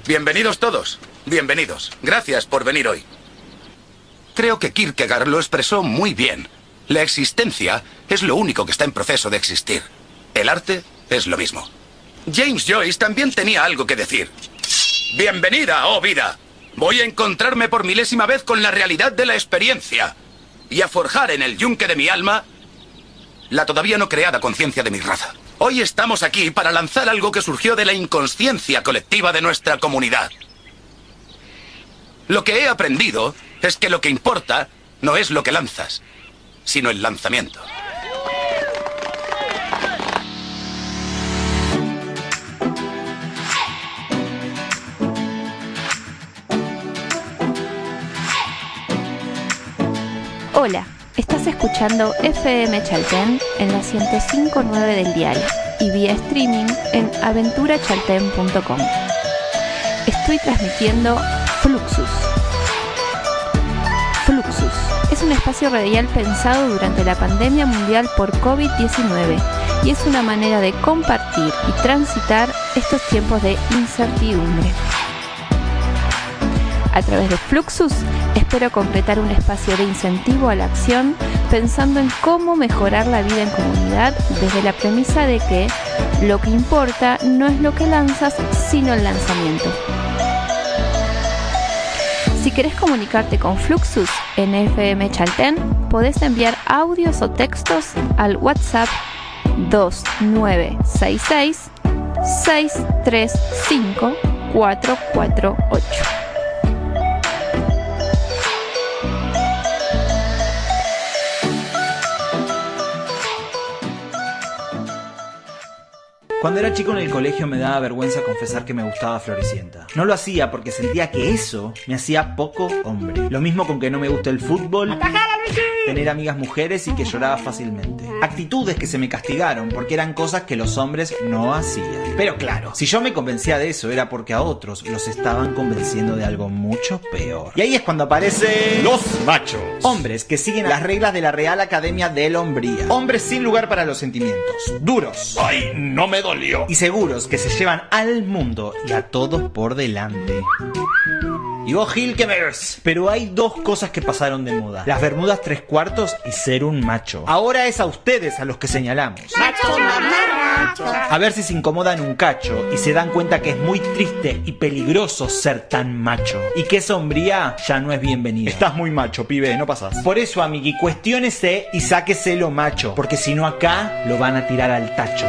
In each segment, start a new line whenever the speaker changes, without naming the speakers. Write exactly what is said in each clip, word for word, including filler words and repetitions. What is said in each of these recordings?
Bienvenidos todos. Bienvenidos. Gracias por venir hoy. Creo que Kierkegaard lo expresó muy bien. La existencia es lo único que está en proceso de existir. El arte es lo mismo. James Joyce también tenía algo que decir. Bienvenida, oh vida. Voy a encontrarme por milésima vez con la realidad de la experiencia y a forjar en el yunque de mi alma la todavía no creada conciencia de mi raza. Hoy estamos aquí para lanzar algo que surgió de la inconsciencia colectiva de nuestra comunidad. Lo que he aprendido es que lo que importa no es lo que lanzas, sino el lanzamiento.
Hola, estás escuchando F M Chaltén en la ciento cinco punto nueve del dial y vía streaming en aventura chaltén punto com. Estoy transmitiendo Fluxus. Fluxus es un espacio radial pensado durante la pandemia mundial por COVID diecinueve y es una manera de compartir y transitar estos tiempos de incertidumbre. A través de Fluxus, espero completar un espacio de incentivo a la acción pensando en cómo mejorar la vida en comunidad desde la premisa de que lo que importa no es lo que lanzas, sino el lanzamiento. Si querés comunicarte con Fluxus en F M Chaltén, podés enviar audios o textos al WhatsApp dos nueve seis seis, seis tres cinco, cuatro cuatro ocho.
Cuando era chico en el colegio me daba vergüenza confesar que me gustaba Floricienta. No lo hacía porque sentía que eso me hacía poco hombre. Lo mismo con que no me gusta el fútbol, tener amigas mujeres y que lloraba fácilmente. Actitudes que se me castigaron porque eran cosas que los hombres no hacían. Pero claro, si yo me convencía de eso era porque a otros los estaban convenciendo de algo mucho peor. Y ahí es cuando aparecen
los machos.
Hombres que siguen las reglas de la Real Academia de la Hombría. Hombres sin lugar para los sentimientos. Duros.
¡Ay, no me dolió!
Y seguros que se llevan al mundo y a todos por delante. Y vos, Gil, que me ves. Pero hay dos cosas que pasaron de moda: las bermudas tres cuartos y ser un macho. Ahora es a ustedes a los que señalamos.
Macho, mamá, macho.
A ver si se incomodan un cacho y se dan cuenta que es muy triste y peligroso ser tan macho. Y que esa hombría ya no es bienvenida.
Estás muy macho, pibe, no pasás.
Por eso, amigui, cuestiónese y sáquese lo macho. Porque si no acá, lo van a tirar al tacho.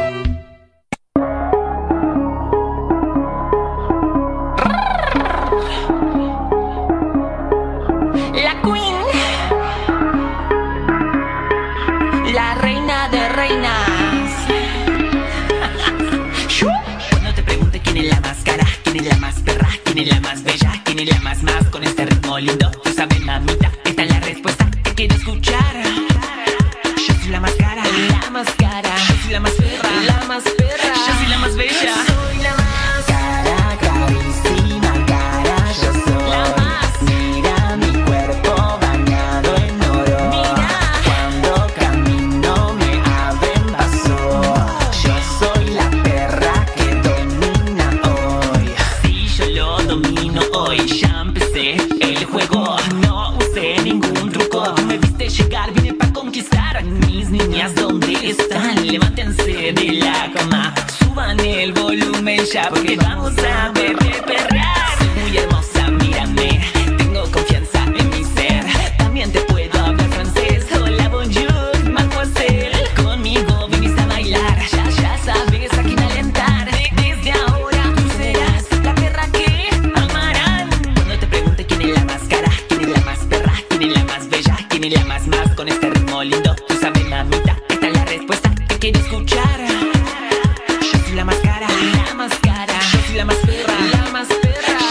¿Quién es la más bella? ¿Quién es la más más con este ritmo lindo? Tú sabes, mamita, esta es la respuesta que quiero escuchar. Yo soy la más cara, la más cara. Yo soy la más perra, la más perra. Yo soy la más bella. Soy la más cara, carísima cara. Yo soy la más. Mira mi cuerpo bañado en oro. Mira cuando camino me abren vaso. Yo soy la perra que domina hoy. Sí, yo lo domino hoy. Ya empecé el juego. No usé ningún truco. Me viste llegar, vine para conquistar. Mis niñas, ¿dónde están? Levántense de la cama. Suban el volumen ya porque vamos a perder, perrear. Soy muy hermosa, mírame. Tengo confianza en mi ser. También te puedo hablar francés. Hola, bonjour, mademoiselle. Conmigo viniste a bailar. Ya, ya sabes a quién alentar. Desde ahora tú serás la perra que amarán. Cuando te pregunte quién es la más cara, quién es la más perra, quién es la más bella, quién es la más más con este ritmo lindo, tú sabes, mamita, esta es la respuesta que quiero escuchar. Yo soy la más cara, la más cara. Yo soy la más perra, la más perra.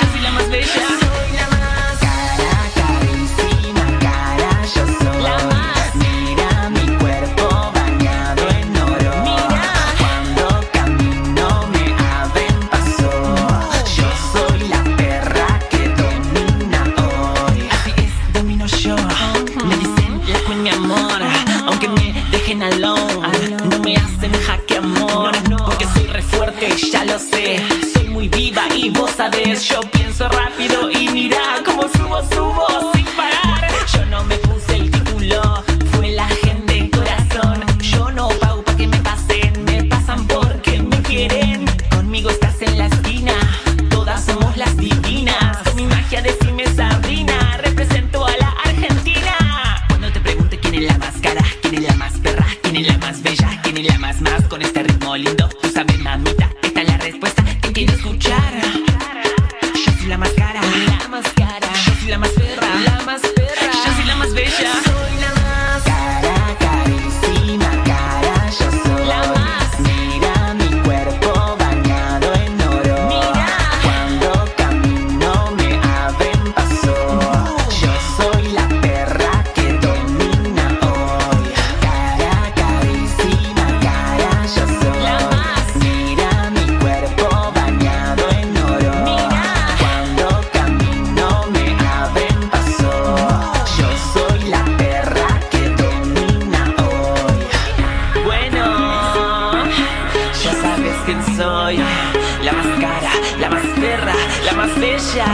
sabes, yo pienso rápido y mira cómo subo, subo sin parar. Yo no me puse el título, fue la gente en corazón. Yo no pago pa' que me pasen, me pasan porque me quieren. Conmigo estás en la esquina, todas somos las divinas. Con mi magia decime Sabrina, represento a la Argentina. Cuando te pregunte quién es la más cara, quién es la más perra, quién es la más bella, quién es la más más con este ritmo lindo, tú sabes mamita, esta es la respuesta que quiero escuchar. Yo soy la más cara, la más cara. Yo soy la más perra, la más perra. Yo soy la más bella, soy la más cara, carísima cara. Yo soy la más. Mira mi cuerpo bañado en oro. Mira cuando camino me abren paso. Yo soy la perra que domina hoy. Cara, carísima cara. Yo soy la más. Mira mi cuerpo bañado en oro. Mira cuando camino me abren paso. Yo soy la perra que domina hoy. Bueno, ya sabes quién soy. La más cara, la más perra, la más bella.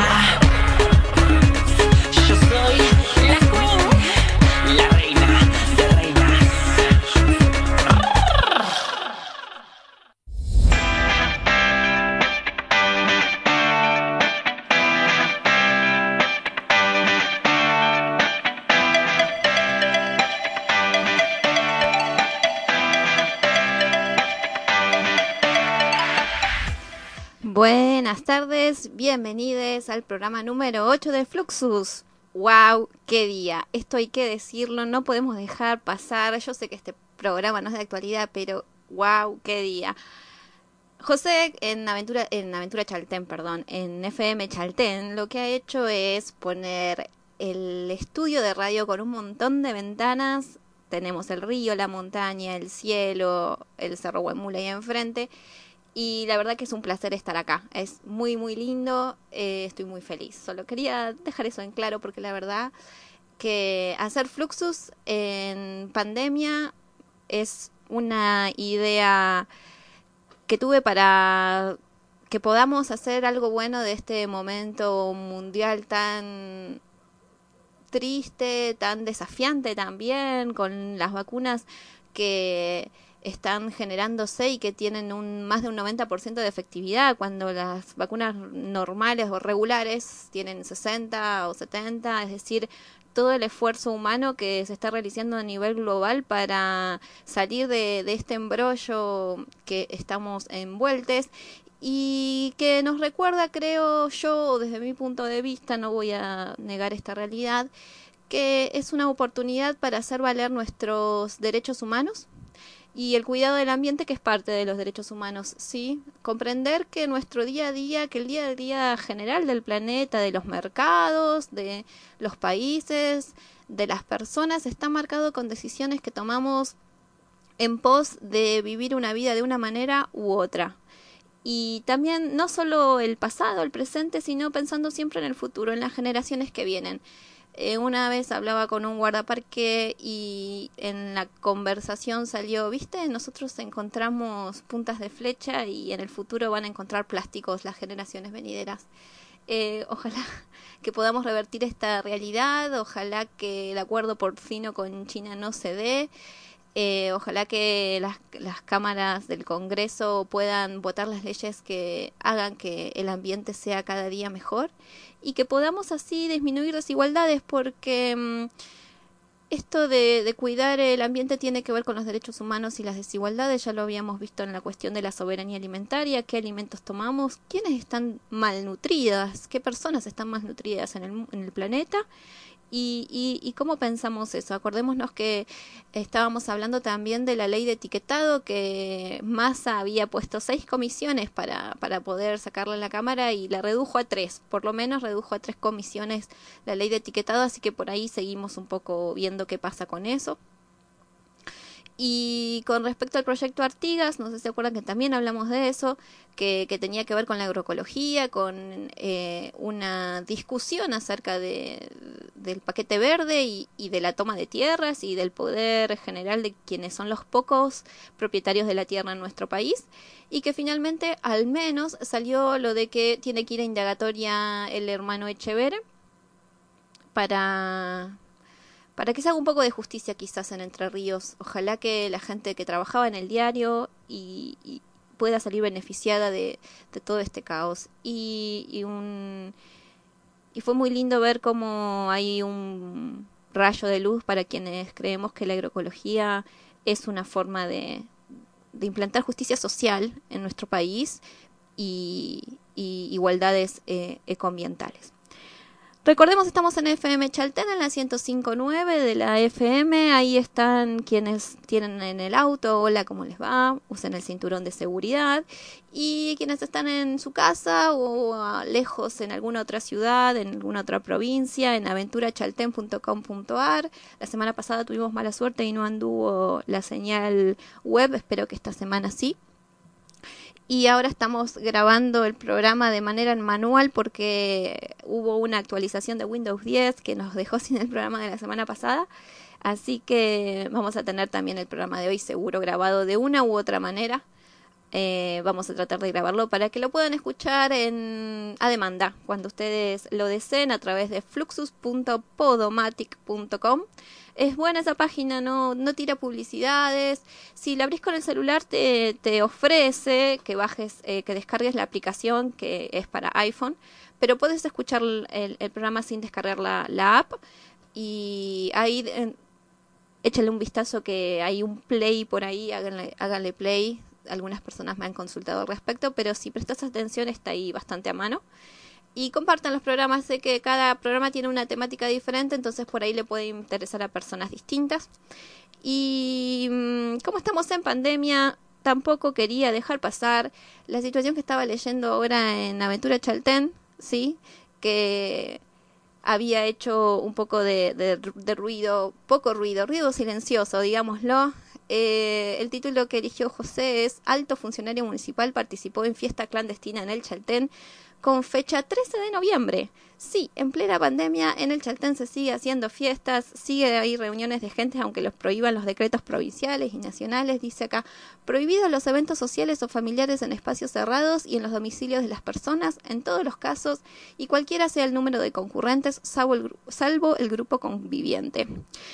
Yo soy la queen, la reina de reinas.
Buenas tardes, bienvenidos al programa número ocho de Fluxus. ¡Wow! ¡Qué día! Esto hay que decirlo, no podemos dejar pasar. Yo sé que este programa no es de actualidad, pero ¡wow! ¡Qué día! José en Aventura, en Aventura Chaltén, perdón, en F M Chaltén, lo que ha hecho es poner el estudio de radio con un montón de ventanas. Tenemos el río, la montaña, el cielo, el Cerro Huemula ahí enfrente. Y la verdad que es un placer estar acá. Es muy, muy lindo. Eh, estoy muy feliz. Solo quería dejar eso en claro porque la verdad que hacer Fluxus en pandemia es una idea que tuve para que podamos hacer algo bueno de este momento mundial tan triste, tan desafiante también, con las vacunas que están generándose y que tienen un más de un noventa por ciento de efectividad, cuando las vacunas normales o regulares tienen sesenta o setenta, es decir, todo el esfuerzo humano que se está realizando a nivel global para salir de, de este embrollo que estamos envueltos y que nos recuerda, creo yo, desde mi punto de vista, no voy a negar esta realidad, que es una oportunidad para hacer valer nuestros derechos humanos y el cuidado del ambiente, que es parte de los derechos humanos, sí, comprender que nuestro día a día, que el día a día general del planeta, de los mercados, de los países, de las personas, está marcado con decisiones que tomamos en pos de vivir una vida de una manera u otra. Y también no solo el pasado, el presente, sino pensando siempre en el futuro, en las generaciones que vienen. Eh, una vez hablaba con un guardaparque y en la conversación salió, ¿viste? Nosotros encontramos puntas de flecha y en el futuro van a encontrar plásticos las generaciones venideras. Eh, ojalá que podamos revertir esta realidad, ojalá que el acuerdo porcino con China no se dé. Eh, ojalá que las, las cámaras del Congreso puedan votar las leyes que hagan que el ambiente sea cada día mejor y que podamos así disminuir desigualdades, porque mmm, esto de, de cuidar el ambiente tiene que ver con los derechos humanos y las desigualdades. Ya lo habíamos visto en la cuestión de la soberanía alimentaria, qué alimentos tomamos, quiénes están malnutridas, qué personas están malnutridas en el, en el planeta. Y, y, y cómo pensamos eso. Acordémonos que estábamos hablando también de la ley de etiquetado, que Massa había puesto seis comisiones para, para poder sacarla en la Cámara y la redujo a tres, por lo menos redujo a tres comisiones la ley de etiquetado, así que por ahí seguimos un poco viendo qué pasa con eso. Y con respecto al proyecto Artigas, no sé si se acuerdan que también hablamos de eso, que, que tenía que ver con la agroecología, con eh, una discusión acerca de, del paquete verde y, y de la toma de tierras y del poder general de quienes son los pocos propietarios de la tierra en nuestro país, y que finalmente al menos salió lo de que tiene que ir a indagatoria el hermano Echeverre para... para que se haga un poco de justicia quizás en Entre Ríos. Ojalá que la gente que trabajaba en el diario y, y pueda salir beneficiada de, de todo este caos. Y, y, un, y fue muy lindo ver cómo hay un rayo de luz para quienes creemos que la agroecología es una forma de, de implantar justicia social en nuestro país y, y igualdades eh, ecoambientales. Recordemos, estamos en F M Chaltén, en la ciento cinco punto nueve de la F M. Ahí están quienes tienen en el auto, hola, ¿cómo les va? Usen el cinturón de seguridad. Y quienes están en su casa o a, lejos en alguna otra ciudad, en alguna otra provincia, en aventura chaltén punto com punto a r. La semana pasada tuvimos mala suerte y no anduvo la señal web, espero que esta semana sí. Y ahora estamos grabando el programa de manera manual porque hubo una actualización de Windows diez que nos dejó sin el programa de la semana pasada. Así que vamos a tener también el programa de hoy seguro grabado de una u otra manera. Eh, vamos a tratar de grabarlo para que lo puedan escuchar en a demanda cuando ustedes lo deseen a través de fluxus punto podomatic punto com. Es buena esa página, no, no tira publicidades. Si la abrís con el celular te, te ofrece que bajes, eh, que descargues la aplicación que es para iPhone, pero puedes escuchar el, el programa sin descargar la, la app. Y ahí eh, échale un vistazo que hay un play por ahí, háganle, háganle play. Algunas personas me han consultado al respecto, pero si prestas atención está ahí bastante a mano. Y compartan los programas, sé que cada programa tiene una temática diferente, entonces por ahí le puede interesar a personas distintas. Y como estamos en pandemia, tampoco quería dejar pasar la situación que estaba leyendo ahora en Aventura Chaltén, ¿sí? Que había hecho un poco de, de, de ruido, poco ruido, ruido silencioso, digámoslo. Eh, el título que eligió José es Alto funcionario municipal participó en fiesta clandestina en el Chaltén con fecha trece de noviembre. Sí, en plena pandemia en el Chaltén se sigue haciendo fiestas, sigue ahí reuniones de gente aunque los prohíban los decretos provinciales y nacionales. Dice acá, prohibidos los eventos sociales o familiares en espacios cerrados y en los domicilios de las personas, en todos los casos y cualquiera sea el número de concurrentes, salvo el, salvo el grupo conviviente.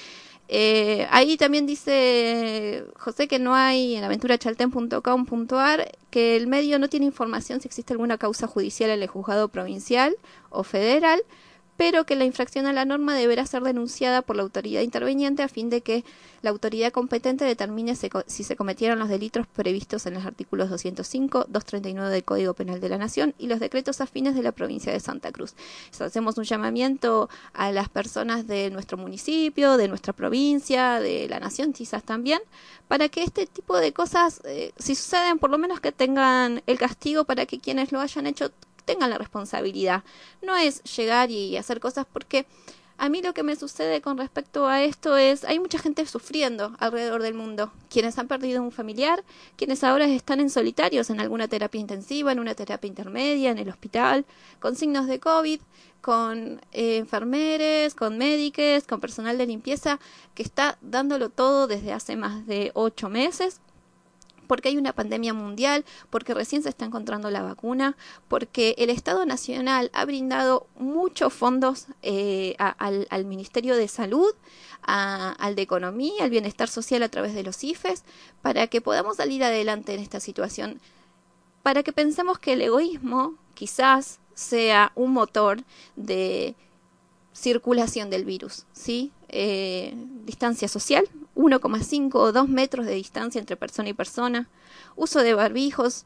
Eh, ahí también dice José que no hay en aventura chaltén punto com punto a r, que el medio no tiene información si existe alguna causa judicial en el juzgado provincial o federal, pero que la infracción a la norma deberá ser denunciada por la autoridad interveniente a fin de que la autoridad competente determine si se cometieron los delitos previstos en los artículos doscientos cinco, doscientos treinta y nueve del Código Penal de la Nación y los decretos afines de la provincia de Santa Cruz. Entonces, hacemos un llamamiento a las personas de nuestro municipio, de nuestra provincia, de la Nación quizás también, para que este tipo de cosas, eh, si suceden, por lo menos que tengan el castigo para que quienes lo hayan hecho tengan la responsabilidad. No es llegar y hacer cosas porque a mí lo que me sucede con respecto a esto es, hay mucha gente sufriendo alrededor del mundo, quienes han perdido un familiar, quienes ahora están en solitarios en alguna terapia intensiva, en una terapia intermedia, en el hospital, con signos de COVID, con eh, enfermeres, con médicos, con personal de limpieza que está dándolo todo desde hace más de ocho meses. Porque hay una pandemia mundial, porque recién se está encontrando la vacuna, porque el Estado Nacional ha brindado muchos fondos eh, a, al, al Ministerio de Salud, a, al de Economía, al Bienestar Social a través de los I F E S, para que podamos salir adelante en esta situación, para que pensemos que el egoísmo quizás sea un motor de circulación del virus, ¿sí? Eh, distancia social, uno coma cinco o dos metros de distancia entre persona y persona, uso de barbijos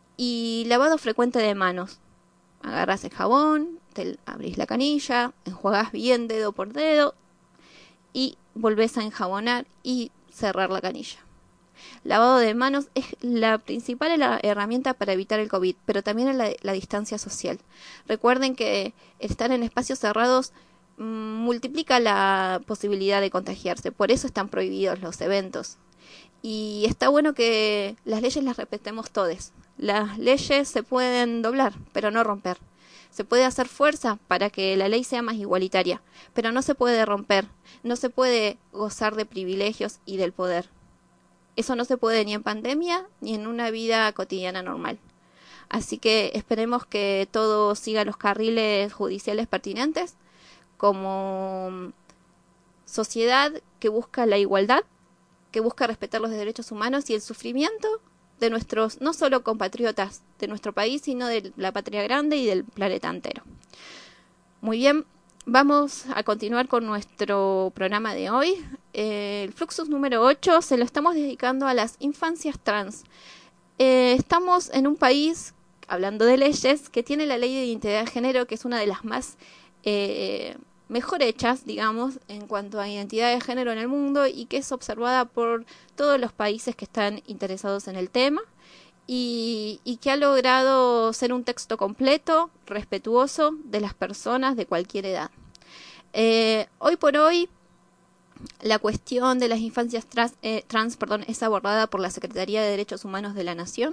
y lavado frecuente de manos. Agarrás el jabón, te abrís la canilla, enjuagás bien dedo por dedo y volvés a enjabonar y cerrar la canilla. Lavado de manos es la principal herramienta para evitar el COVID, pero también la, la distancia social. Recuerden que estar en espacios cerrados multiplica la posibilidad de contagiarse, por eso están prohibidos los eventos. y está bueno que las leyes las respetemos todos. Las leyes se pueden doblar, pero no romper. Se puede hacer fuerza para que la ley sea más igualitaria, pero no se puede romper, no se puede gozar de privilegios y del poder. Eso no se puede ni en pandemia ni en una vida cotidiana normal. Así que esperemos que todo siga los carriles judiciales pertinentes como sociedad que busca la igualdad, que busca respetar los derechos humanos y el sufrimiento de nuestros, no solo compatriotas de nuestro país, sino de la patria grande y del planeta entero. Muy bien, vamos a continuar con nuestro programa de hoy. Eh, el Fluxus número ocho se lo estamos dedicando a las infancias trans. Eh, estamos en un país, hablando de leyes, que tiene la ley de identidad de género, que es una de las más eh, mejor hechas, digamos, en cuanto a identidad de género en el mundo y que es observada por todos los países que están interesados en el tema y, y que ha logrado ser un texto completo, respetuoso de las personas de cualquier edad. Eh, hoy por hoy, la cuestión de las infancias trans, eh, trans perdón, es abordada por la Secretaría de Derechos Humanos de la Nación.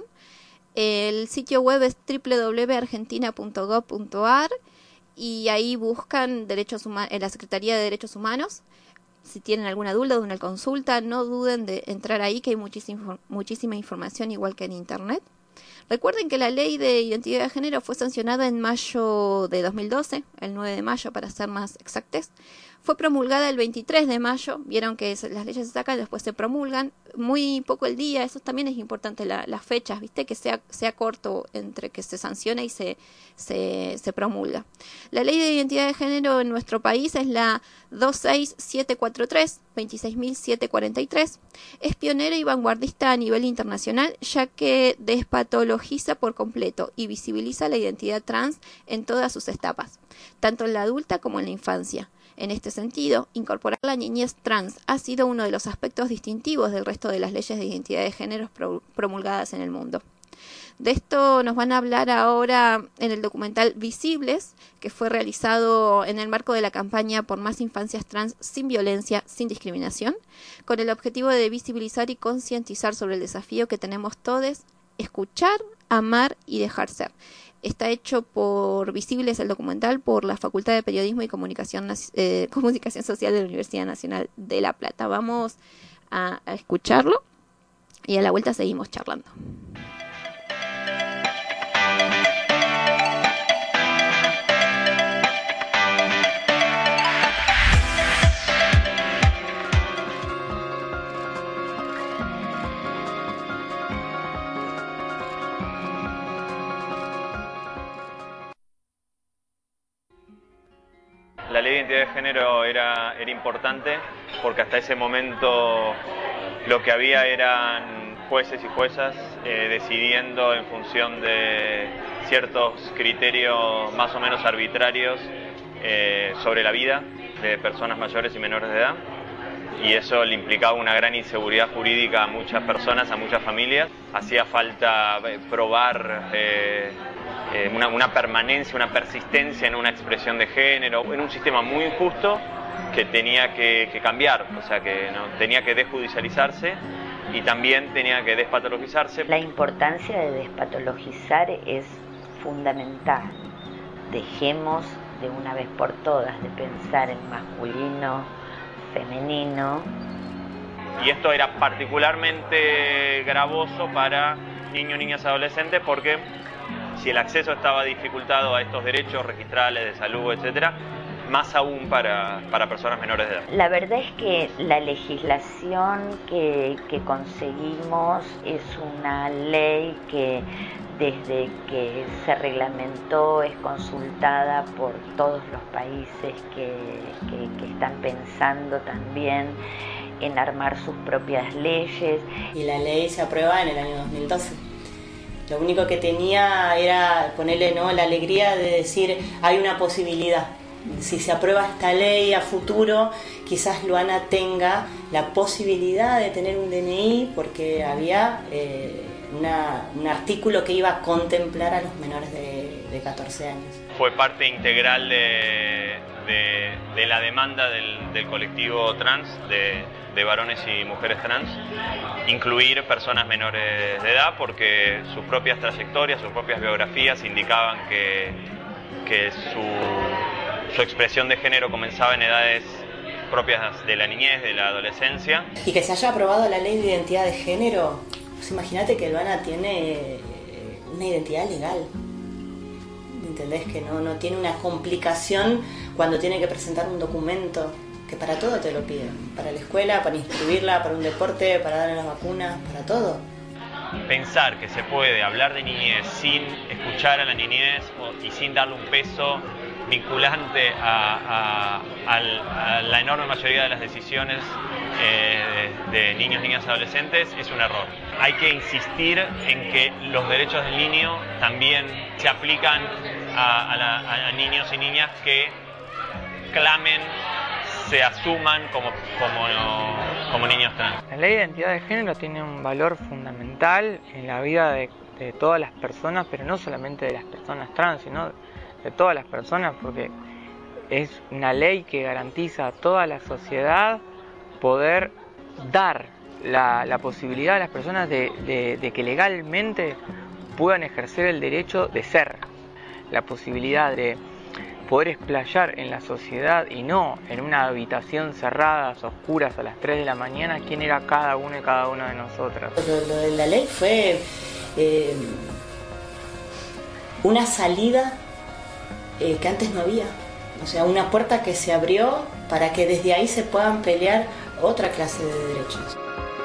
El sitio web es doble u doble u doble u punto argentina punto gov punto a r y ahí buscan derechos humanos, en la Secretaría de Derechos Humanos. Si tienen alguna duda o una consulta, no duden de entrar ahí, que hay muchísima, muchísima información, igual que en Internet. Recuerden que la ley de identidad de género fue sancionada en mayo de dos mil doce, el nueve de mayo para ser más exactos. Fue promulgada el veintitrés de mayo, vieron que las leyes se sacan, después se promulgan, muy poco el día, eso también es importante, la, las fechas, ¿viste? Que sea, sea corto entre que se sanciona y se, se, se promulga. La ley de identidad de género en nuestro país es la dos seis siete cuatro tres, veintiséis mil setecientos cuarenta y tres. Es pionera y vanguardista a nivel internacional, ya que despatologiza por completo y visibiliza la identidad trans en todas sus etapas, tanto en la adulta como en la infancia. En este sentido, incorporar la niñez trans ha sido uno de los aspectos distintivos del resto de las leyes de identidad de género promulgadas en el mundo. De esto nos van a hablar ahora en el documental Visibles, que fue realizado en el marco de la campaña por más infancias trans sin violencia, sin discriminación, con el objetivo de visibilizar y concientizar sobre el desafío que tenemos todos, escuchar, amar y dejar ser. Está hecho por Visibles, el documental, por la Facultad de Periodismo y Comunicación, eh, Comunicación Social de la Universidad Nacional de La Plata. Vamos a, a escucharlo y a la vuelta seguimos charlando.
La ley de identidad de género era, era importante porque hasta ese momento lo que había eran jueces y juezas eh, decidiendo en función de ciertos criterios más o menos arbitrarios eh, sobre la vida de personas mayores y menores de edad, y eso le implicaba una gran inseguridad jurídica a muchas personas, a muchas familias. Hacía falta probar eh, Eh, una, una permanencia, una persistencia en una expresión de género, en un sistema muy injusto que tenía que, que cambiar, o sea que no, tenía que desjudicializarse y también tenía que despatologizarse.
La importancia de despatologizar es fundamental. Dejemos de una vez por todas de pensar en masculino, femenino.
Y esto era particularmente gravoso para niños, niñas y adolescentes porque si el acceso estaba dificultado a estos derechos registrales de salud, etcétera, más aún para, para personas menores de edad.
La verdad es que la legislación que, que conseguimos es una ley que desde que se reglamentó es consultada por todos los países que, que, que están pensando también en armar sus propias leyes.
Y la ley se aprueba en el año dos mil doce. Lo único que tenía era ponerle, ¿no?, la alegría de decir hay una posibilidad. Si se aprueba esta ley a futuro, quizás Luana tenga la posibilidad de tener un D N I porque había eh, una, un artículo que iba a contemplar a los menores de, de catorce años.
Fue parte integral de, de, de la demanda del, del colectivo trans de, de varones y mujeres trans, incluir personas menores de edad, porque sus propias trayectorias, sus propias biografías indicaban que, que su, su expresión de género comenzaba en edades propias de la niñez, de la adolescencia.
Y que se haya aprobado la ley de identidad de género, pues imagínate que Luana tiene una identidad legal. ¿Entendés? Que no, no tiene una complicación cuando tiene que presentar un documento, que para todo te lo piden, para la escuela, para inscribirla, para un deporte, para darle las vacunas, para todo.
Pensar que se puede hablar de niñez sin escuchar a la niñez y sin darle un peso vinculante a, a, a, a la enorme mayoría de las decisiones eh, de, de niños, niñas y adolescentes es un error. Hay que insistir en que los derechos del niño también se aplican a, a, la, a niños y niñas que clamen, se asuman como, como, como niños trans.
La ley de identidad de género tiene un valor fundamental en la vida de, de todas las personas, pero no solamente de las personas trans, sino de todas las personas, porque es una ley que garantiza a toda la sociedad poder dar la, la posibilidad a las personas de, de, de que legalmente puedan ejercer el derecho de ser, la posibilidad de poder explayar en la sociedad y no en una habitación cerrada, a oscuras, a las tres de la mañana, quién era cada uno y cada una de nosotras.
Lo, lo de la ley fue eh, una salida eh, que antes no había, o sea, una puerta que se abrió para que desde ahí se puedan pelear otra clase de derechos.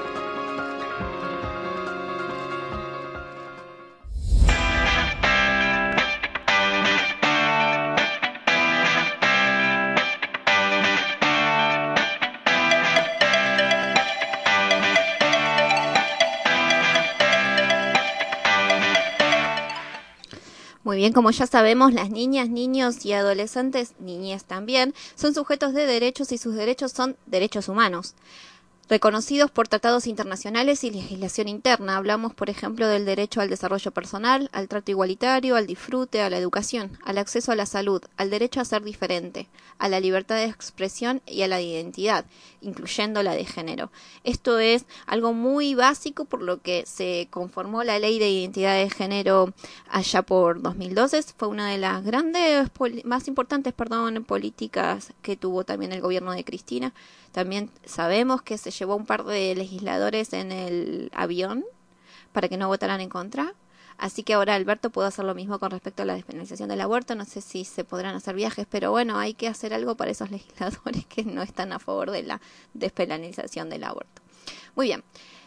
Muy bien, como ya sabemos, las niñas, niños y adolescentes, niñas también, son sujetos de derechos y sus derechos son derechos humanos, reconocidos por tratados internacionales y legislación interna. Hablamos, por ejemplo, del derecho al desarrollo personal, al trato igualitario, al disfrute, a la educación, al acceso a la salud, al derecho a ser diferente, a la libertad de expresión y a la identidad, incluyendo la de género. Esto es algo muy básico, por lo que se conformó la Ley de Identidad de Género allá por dos mil doce. Fue una de las grandes, más importantes, perdón, políticas que tuvo también el gobierno de Cristina. También sabemos que se llevó un par de legisladores en el avión para que no votaran en contra. Así que ahora Alberto puede hacer lo mismo con respecto a la despenalización del aborto. No sé si se podrán hacer viajes, pero bueno, hay que hacer algo para esos legisladores que no están a favor de la despenalización del aborto. Muy bien.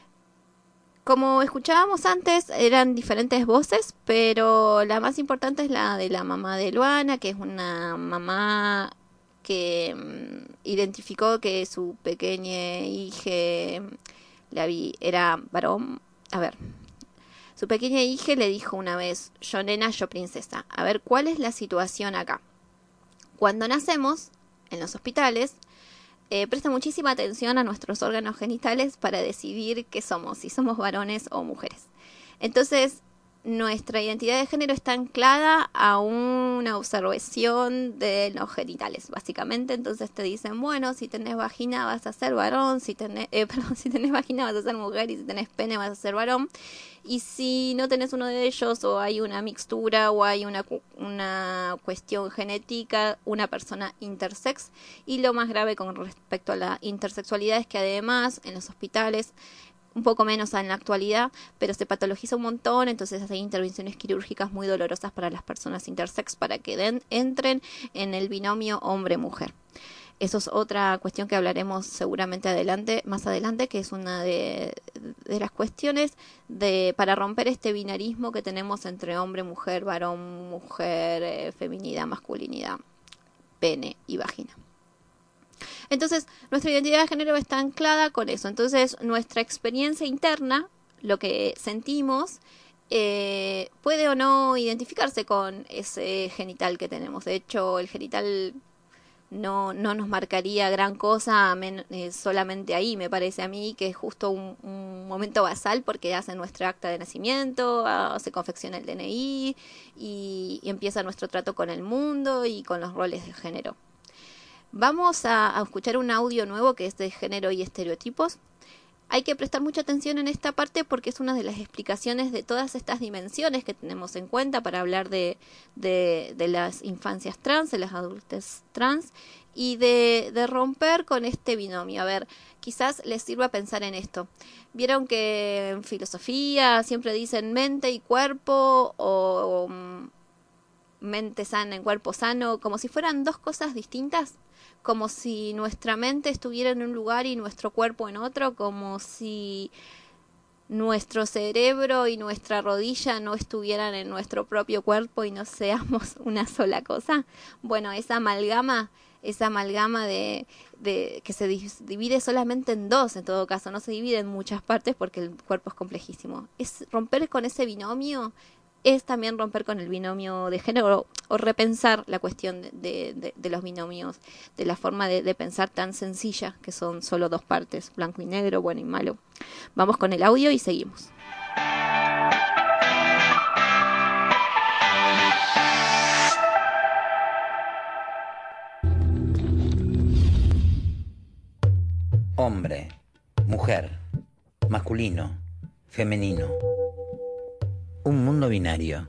Como escuchábamos antes, eran diferentes voces, pero la más importante es la de la mamá de Luana, que es una mamá que um, identificó que su pequeña hija la vi, era varón. A ver, su pequeña hija le dijo una vez: yo nena, yo princesa. A ver, ¿cuál es la situación acá? Cuando nacemos en los hospitales, eh, presta muchísima atención a nuestros órganos genitales para decidir qué somos, si somos varones o mujeres. Entonces, nuestra identidad de género está anclada a una observación de los genitales, básicamente. Entonces te dicen, bueno, si tenés vagina vas a ser varón, si tenés, eh, perdón, si tenés vagina vas a ser mujer, y si tenés pene vas a ser varón. Y si no tenés uno de ellos, o hay una mixtura, o hay una, una cuestión genética, una persona intersex. Y lo más grave con respecto a la intersexualidad es que además en los hospitales, un poco menos en la actualidad, pero se patologiza un montón, entonces hay intervenciones quirúrgicas muy dolorosas para las personas intersex para que den, entren en el binomio hombre-mujer. Eso es otra cuestión que hablaremos seguramente adelante, más adelante, que es una de, de las cuestiones de para romper este binarismo que tenemos entre hombre-mujer, varón-mujer, eh, feminidad, masculinidad, pene y vagina. Entonces, nuestra identidad de género está anclada con eso. Entonces, nuestra experiencia interna, lo que sentimos, eh, puede o no identificarse con ese genital que tenemos. De hecho, el genital no, no nos marcaría gran cosa men, eh, solamente ahí, me parece a mí, que es justo un, un momento basal, porque hace nuestra acta de nacimiento, uh, se confecciona el D N I y, y empieza nuestro trato con el mundo y con los roles de género. Vamos a, a escuchar un audio nuevo que es de género y estereotipos. Hay que prestar mucha atención en esta parte porque es una de las explicaciones de todas estas dimensiones que tenemos en cuenta para hablar de, de, de las infancias trans, de las adultez trans y de, de romper con este binomio. A ver, quizás les sirva pensar en esto. Vieron que en filosofía siempre dicen mente y cuerpo o, o mente sana en cuerpo sano, como si fueran dos cosas distintas. Como si nuestra mente estuviera en un lugar y nuestro cuerpo en otro, como si nuestro cerebro y nuestra rodilla no estuvieran en nuestro propio cuerpo y no seamos una sola cosa. Bueno, esa amalgama, esa amalgama de, de que se divide solamente en dos, en todo caso, no se divide en muchas partes porque el cuerpo es complejísimo. Es romper con ese binomio. Es también romper con el binomio de género o repensar la cuestión de, de, de los binomios, de la forma de, de pensar tan sencilla, que son solo dos partes, blanco y negro, bueno y malo. Vamos con el audio y seguimos.
Hombre, mujer, masculino, femenino. Un mundo binario.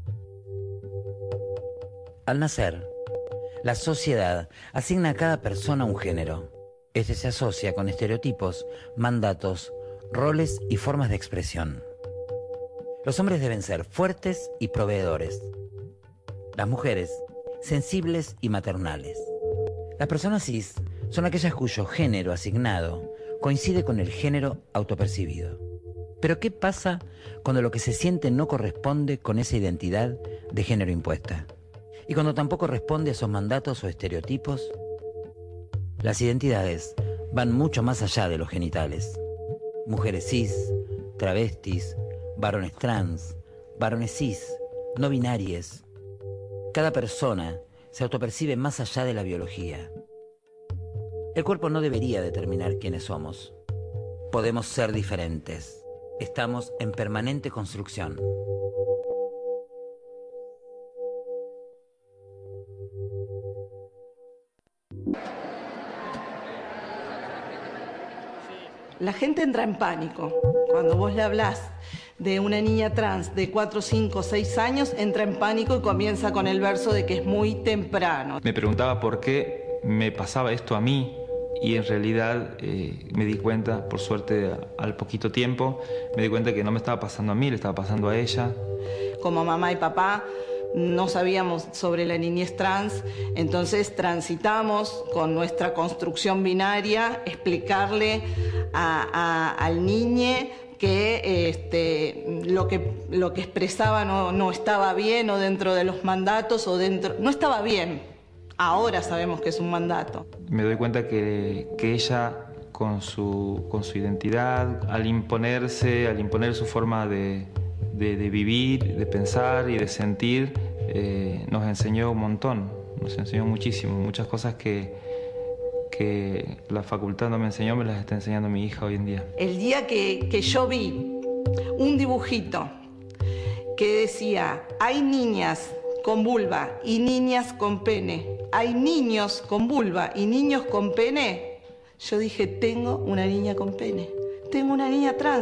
Al nacer, la sociedad asigna a cada persona un género. Este se asocia con estereotipos, mandatos, roles y formas de expresión. Los hombres deben ser fuertes y proveedores. Las mujeres, sensibles y maternales. Las personas cis son aquellas cuyo género asignado coincide con el género autopercibido. Pero ¿qué pasa cuando lo que se siente no corresponde con esa identidad de género impuesta? Y cuando tampoco responde a esos mandatos o estereotipos. Las identidades van mucho más allá de los genitales. Mujeres cis, travestis, varones trans, varones cis, no binarias. Cada persona se autopercibe más allá de la biología. El cuerpo no debería determinar quiénes somos. Podemos ser diferentes. Estamos en permanente construcción.
La gente entra en pánico. Cuando vos le hablás de una niña trans de cuatro, cinco, seis años, entra en pánico y comienza con el verso de que es muy temprano.
Me preguntaba por qué me pasaba esto a mí. Y en realidad eh, me di cuenta, por suerte al poquito tiempo, me di cuenta que no me estaba pasando a mí, le estaba pasando a ella.
Como mamá y papá no sabíamos sobre la niñez trans, entonces transitamos con nuestra construcción binaria, explicarle a, a, al niño que este, lo que lo que expresaba no, no estaba bien o dentro de los mandatos o dentro... No estaba bien. Ahora sabemos que es un mandato.
Me doy cuenta que, que ella, con su, con su identidad, al imponerse, al imponer su forma de, de, de vivir, de pensar y de sentir, eh, nos enseñó un montón, nos enseñó muchísimo, muchas cosas que, que la facultad no me enseñó, me las está enseñando mi hija hoy en día.
El día que, que yo vi un dibujito que decía, hay niñas con vulva y niñas con pene, hay niños con vulva y niños con pene, yo dije, tengo una niña con pene, tengo una niña trans.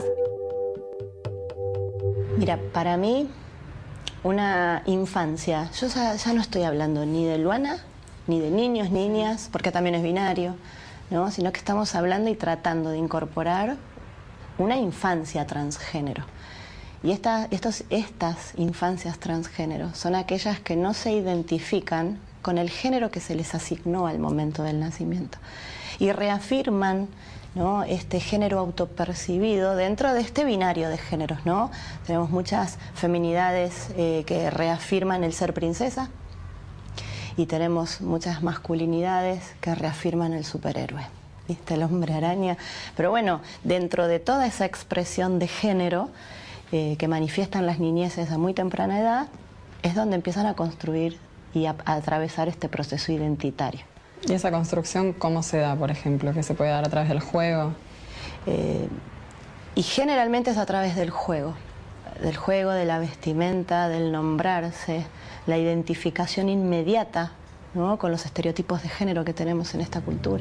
Mira, para mí, una infancia, yo ya, ya no estoy hablando ni de Luana, ni de niños, niñas, porque también es binario, ¿no? Sino que estamos hablando y tratando de incorporar una infancia transgénero. Y esta, estos, estas infancias transgénero son aquellas que no se identifican con el género que se les asignó al momento del nacimiento y reafirman, ¿no?, este género autopercibido dentro de este binario de géneros, ¿no? Tenemos muchas feminidades eh, que reafirman el ser princesa y tenemos muchas masculinidades que reafirman el superhéroe, ¿viste? El hombre araña. Pero bueno, dentro de toda esa expresión de género eh, que manifiestan las niñeces a muy temprana edad, es donde empiezan a construir y a, a atravesar este proceso identitario.
¿Y esa construcción cómo se da, por ejemplo? ¿Que se puede dar a través del juego?
Eh, y generalmente es a través del juego. Del juego, de la vestimenta, del nombrarse, la identificación inmediata ¿no? Con los estereotipos de género que tenemos en esta cultura.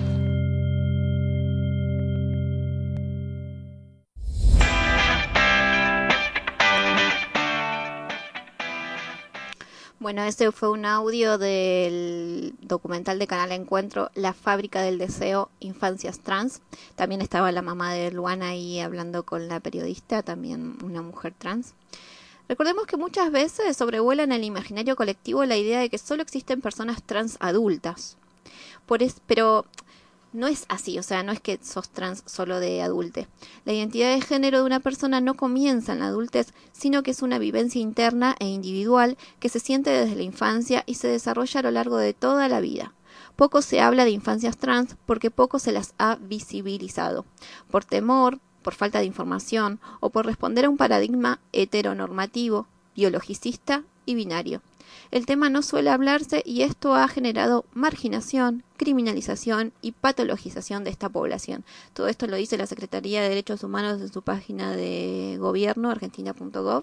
Bueno, ese fue un audio del documental de Canal Encuentro, La fábrica del deseo, infancias trans. También estaba la mamá de Luana ahí hablando con la periodista, también una mujer trans. Recordemos que muchas veces sobrevuela en el imaginario colectivo la idea de que solo existen personas trans adultas. Por es, pero no es así, o sea, no es que sos trans solo de adulte. La identidad de género de una persona no comienza en la adultez, sino que es una vivencia interna e individual que se siente desde la infancia y se desarrolla a lo largo de toda la vida. Poco se habla de infancias trans porque poco se las ha visibilizado, por temor, por falta de información o por responder a un paradigma heteronormativo, biologicista y binario. El tema no suele hablarse y esto ha generado marginación, criminalización y patologización de esta población. Todo esto lo dice la Secretaría de Derechos Humanos en su página de gobierno, argentina punto gov.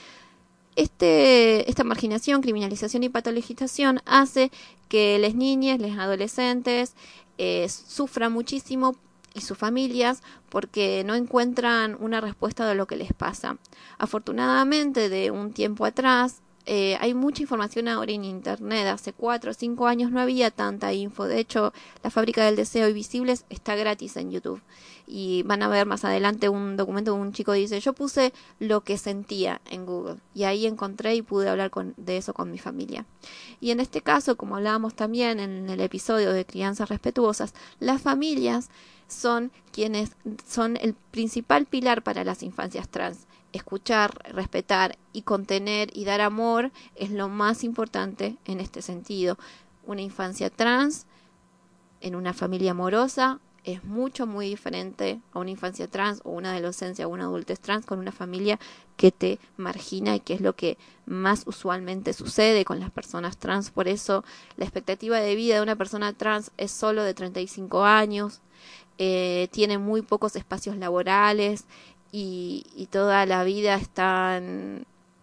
Este, esta marginación, criminalización y patologización hace que las niñas, los adolescentes eh, sufran muchísimo y sus familias porque no encuentran una respuesta de lo que les pasa. Afortunadamente, de un tiempo atrás, Eh, hay mucha información ahora en internet. Hace cuatro o cinco años no había tanta info. De hecho, La fábrica del deseo y Visibles está gratis en YouTube. Y van a ver más adelante un documento de un chico que dice, yo puse lo que sentía en Google. Y ahí encontré y pude hablar con, de eso con mi familia. Y en este caso, como hablábamos también en el episodio de Crianzas Respetuosas, las familias son quienes son el principal pilar para las infancias trans. Escuchar, respetar y contener y dar amor es lo más importante en este sentido. Una infancia trans en una familia amorosa es mucho, muy diferente a una infancia trans o una adolescencia o una adultez trans con una familia que te margina y que es lo que más usualmente sucede con las personas trans. Por eso la expectativa de vida de una persona trans es solo de treinta y cinco años, eh, tiene muy pocos espacios laborales y, y toda la vida están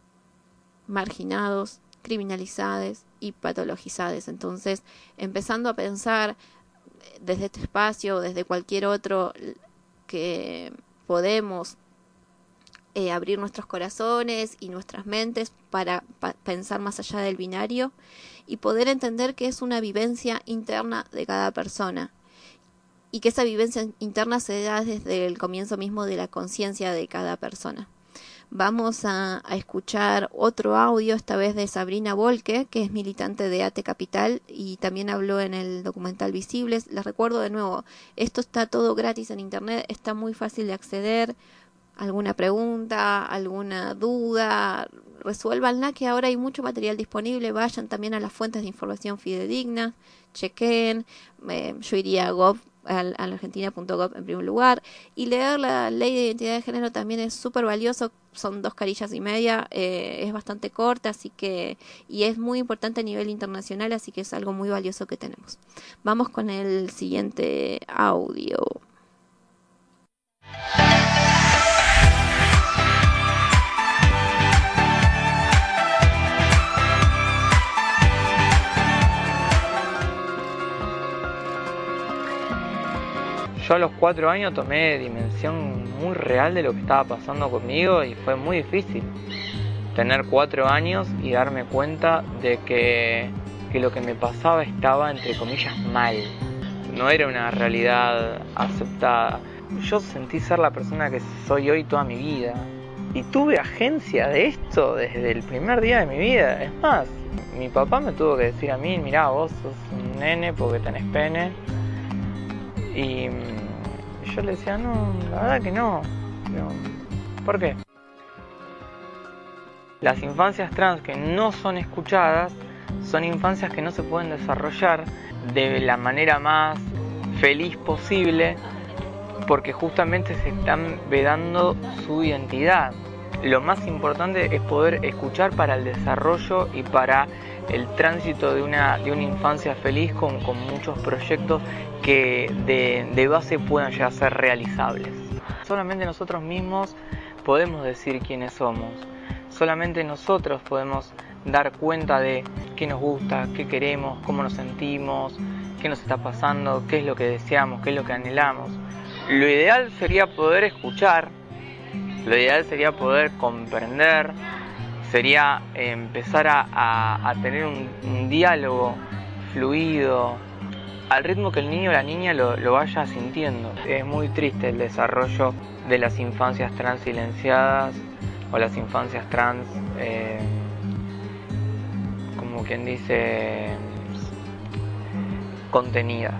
marginados, criminalizados y patologizados. Entonces, empezando a pensar desde este espacio o desde cualquier otro que podemos eh, abrir nuestros corazones y nuestras mentes para pa pensar más allá del binario y poder entender que es una vivencia interna de cada persona y que esa vivencia interna se da desde el comienzo mismo de la conciencia de cada persona. Vamos a, a escuchar otro audio, esta vez de Sabrina Volke, que es militante de ATE Capital y también habló en el documental Visibles. Les recuerdo de nuevo, esto está todo gratis en internet, está muy fácil de acceder. Alguna pregunta, alguna duda, resuélvanla, que ahora hay mucho material disponible. Vayan también a las fuentes de información fidedignas, chequen, eh, yo iría a gov al, al argentina punto gov en primer lugar, y leer la ley de identidad de género también es súper valioso. Son dos carillas y media, eh, es bastante corta, así que, y es muy importante a nivel internacional, así que es algo muy valioso que tenemos. Vamos con el siguiente audio.
Yo a los cuatro años tomé dimensión muy real de lo que estaba pasando conmigo y fue muy difícil tener cuatro años y darme cuenta de que, que lo que me pasaba estaba entre comillas mal. No era una realidad aceptada. Yo sentí ser la persona que soy hoy toda mi vida y tuve agencia de esto desde el primer día de mi vida. Es más, mi papá me tuvo que decir a mí, mirá, vos sos un nene porque tenés pene. Y yo le decía, no, la verdad que no. Pero, ¿por qué? Las infancias trans que no son escuchadas son infancias que no se pueden desarrollar de la manera más feliz posible porque justamente se están vedando su identidad. Lo más importante es poder escuchar para el desarrollo y para el tránsito de una, de una infancia feliz con, con muchos proyectos que de, de base puedan llegar a ser realizables. Solamente nosotros mismos podemos decir quiénes somos. Solamente nosotros podemos dar cuenta de qué nos gusta, qué queremos, cómo nos sentimos, qué nos está pasando, qué es lo que deseamos, qué es lo que anhelamos. Lo ideal sería poder escuchar, lo ideal sería poder comprender, sería empezar a, a, a tener un, un diálogo fluido, al ritmo que el niño o la niña lo, lo vaya sintiendo. Es muy triste el desarrollo de las infancias trans silenciadas o las infancias trans, eh, como quien dice, contenidas.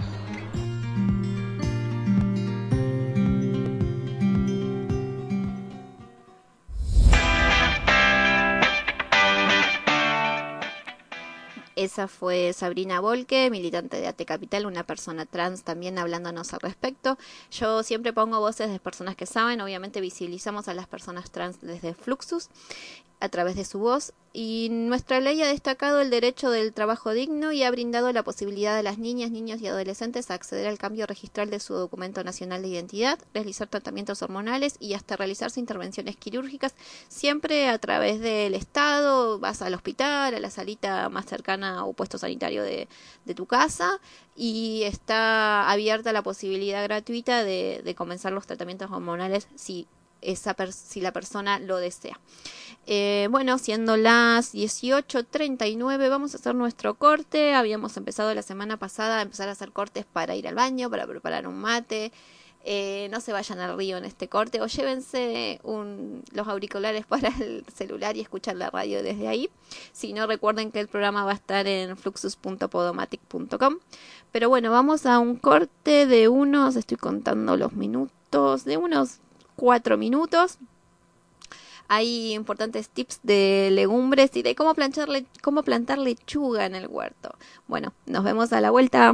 Esa fue Sabrina Volke, militante de A T E Capital, una persona trans también hablándonos al respecto. Yo siempre pongo voces de personas que saben, obviamente visibilizamos a las personas trans desde Fluxus a través de su voz, y nuestra ley ha destacado el derecho del trabajo digno y ha brindado la posibilidad a las niñas, niños y adolescentes a acceder al cambio registral de su documento nacional de identidad, realizar tratamientos hormonales y hasta realizarse intervenciones quirúrgicas, siempre a través del Estado. Vas al hospital, a la salita más cercana o puesto sanitario de, de tu casa, y está abierta la posibilidad gratuita de, de comenzar los tratamientos hormonales si esa per- si la persona lo desea. Eh, bueno, siendo las dieciocho treinta y nueve, vamos a hacer nuestro corte. Habíamos empezado la semana pasada a empezar a hacer cortes para ir al baño, para preparar un mate. Eh, no se vayan al río en este corte, o llévense un, los auriculares para el celular y escuchar la radio desde ahí. Si no, recuerden que el programa va a estar en fluxus punto podomatic punto com. Pero bueno, vamos a un corte de unos, estoy contando los minutos, de unos cuatro minutos. Hay importantes tips de legumbres y de cómo planchar le- cómo plantar lechuga en el huerto. Bueno, nos vemos a la vuelta.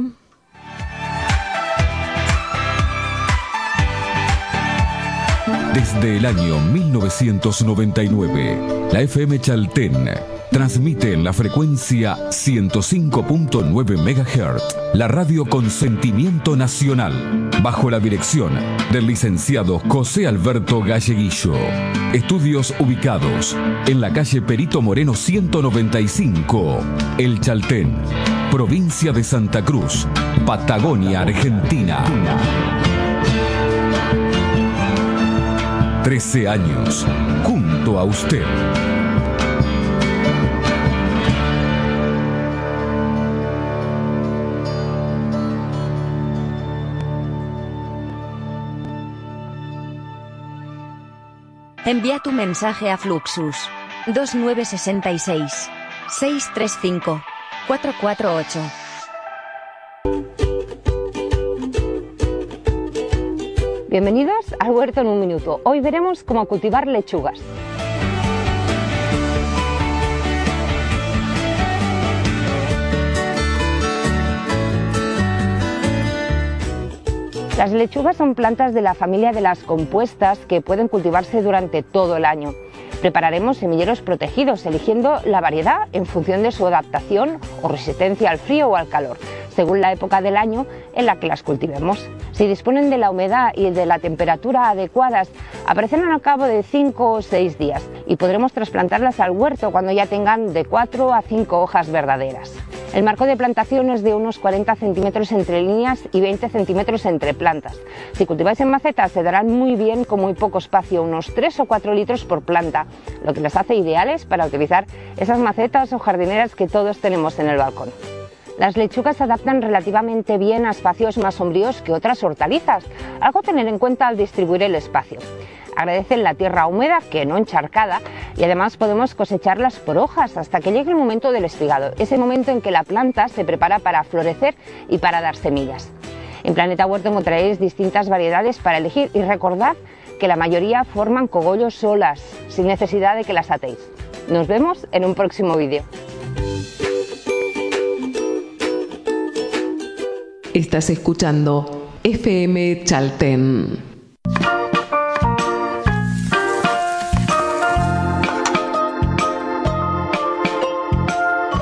Desde el año mil novecientos noventa y nueve, la F M Chaltén transmite en la frecuencia ciento cinco punto nueve megahertz, la radio con sentimiento nacional, bajo la dirección del licenciado José Alberto Galleguillo. Estudios ubicados en la calle Perito Moreno ciento noventa y cinco, El Chaltén, provincia de Santa Cruz, Patagonia, Argentina. trece años, junto a usted.
Envía tu mensaje a Fluxus dos nueve seis seis, seis tres cinco, cuatro cuatro ocho.
Bienvenidos al Huerto en un Minuto. Hoy veremos cómo cultivar lechugas. Las lechugas son plantas de la familia de las compuestas que pueden cultivarse durante todo el año. Prepararemos semilleros protegidos, eligiendo la variedad en función de su adaptación o resistencia al frío o al calor, según la época del año en la que las cultivemos. Si disponen de la humedad y de la temperatura adecuadas, aparecerán al cabo de cinco o seis días y podremos trasplantarlas al huerto cuando ya tengan de cuatro a cinco hojas verdaderas. El marco de plantación es de unos cuarenta centímetros entre líneas y veinte centímetros entre plantas. Si cultiváis en macetas se darán muy bien con muy poco espacio, unos tres o cuatro litros por planta, lo que las hace ideales para utilizar esas macetas o jardineras que todos tenemos en el balcón. Las lechugas se adaptan relativamente bien a espacios más sombríos que otras hortalizas, algo a tener en cuenta al distribuir el espacio. Agradecen la tierra húmeda que no encharcada, y además podemos cosecharlas por hojas hasta que llegue el momento del espigado, ese momento en que la planta se prepara para florecer y para dar semillas. En Planeta Huerto encontraréis distintas variedades para elegir y recordad que la mayoría forman cogollos solas, sin necesidad de que las atéis. Nos vemos en un próximo vídeo.
Estás escuchando F M Chaltén.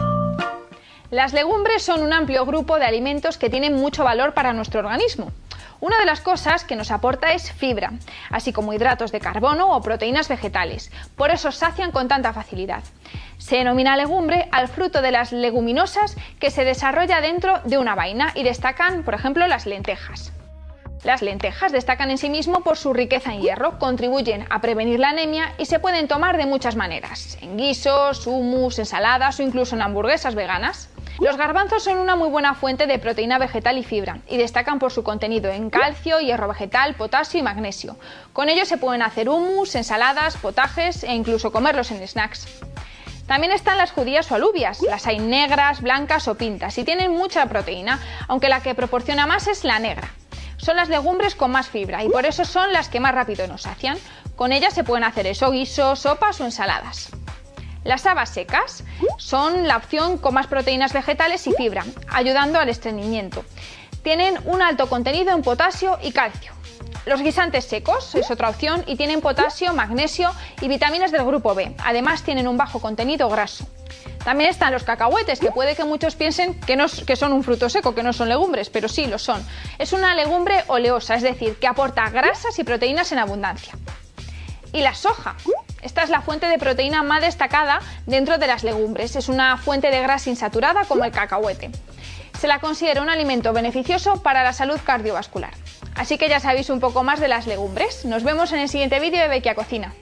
Las legumbres son un amplio grupo de alimentos que tienen mucho valor para nuestro organismo. Una de las cosas que nos aporta es fibra, así como hidratos de carbono o proteínas vegetales. Por eso sacian con tanta facilidad. Se denomina legumbre al fruto de las leguminosas que se desarrolla dentro de una vaina y destacan, por ejemplo, las lentejas. Las lentejas destacan en sí mismo por su riqueza en hierro, contribuyen a prevenir la anemia y se pueden tomar de muchas maneras, en guisos, hummus, ensaladas o incluso en hamburguesas veganas. Los garbanzos son una muy buena fuente de proteína vegetal y fibra y destacan por su contenido en calcio, hierro vegetal, potasio y magnesio. Con ellos se pueden hacer hummus, ensaladas, potajes e incluso comerlos en snacks. También están las judías o alubias, las hay negras, blancas o pintas y tienen mucha proteína, aunque la que proporciona más es la negra. Son las legumbres con más fibra y por eso son las que más rápido nos sacian. Con ellas se pueden hacer eso, guisos, sopas o ensaladas. Las habas secas son la opción con más proteínas vegetales y fibra, ayudando al estreñimiento. Tienen un alto contenido en potasio y calcio. Los guisantes secos es otra opción y tienen potasio, magnesio y vitaminas del grupo B. Además tienen un bajo contenido graso. También están los cacahuetes, que puede que muchos piensen que, no, que son un fruto seco, que no son legumbres, pero sí lo son. Es una legumbre oleosa, es decir, que aporta grasas y proteínas en abundancia. Y la soja. Esta es la fuente de proteína más destacada dentro de las legumbres. Es una fuente de grasa insaturada como el cacahuete. Se la considera un alimento beneficioso para la salud cardiovascular. Así que ya sabéis un poco más de las legumbres. Nos vemos en el siguiente vídeo de Bequia Cocina.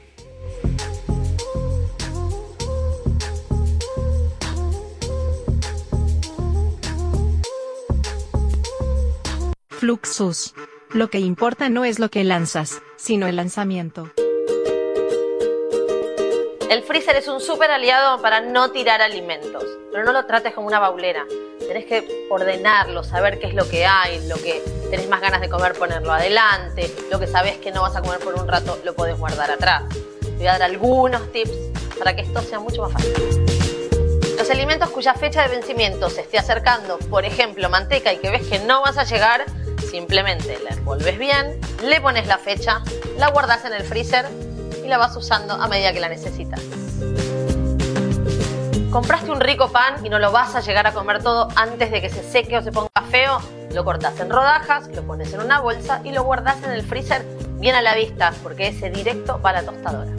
Fluxus. Lo que importa no es lo que lanzas, sino el lanzamiento.
El freezer es un súper aliado para no tirar alimentos, pero no lo trates como una baulera. Tenés que ordenarlo, saber qué es lo que hay, lo que tenés más ganas de comer, ponerlo adelante, lo que sabés que no vas a comer por un rato, lo podés guardar atrás. Te voy a dar algunos tips para que esto sea mucho más fácil. Los alimentos cuya fecha de vencimiento se esté acercando, por ejemplo manteca, y que ves que no vas a llegar, simplemente la envolves bien, le pones la fecha, la guardas en el freezer y la vas usando a medida que la necesitas. ¿Compraste un rico pan y no lo vas a llegar a comer todo antes de que se seque o se ponga feo? Lo cortás en rodajas, lo pones en una bolsa y lo guardás en el freezer bien a la vista, porque ese directo va a la tostadora.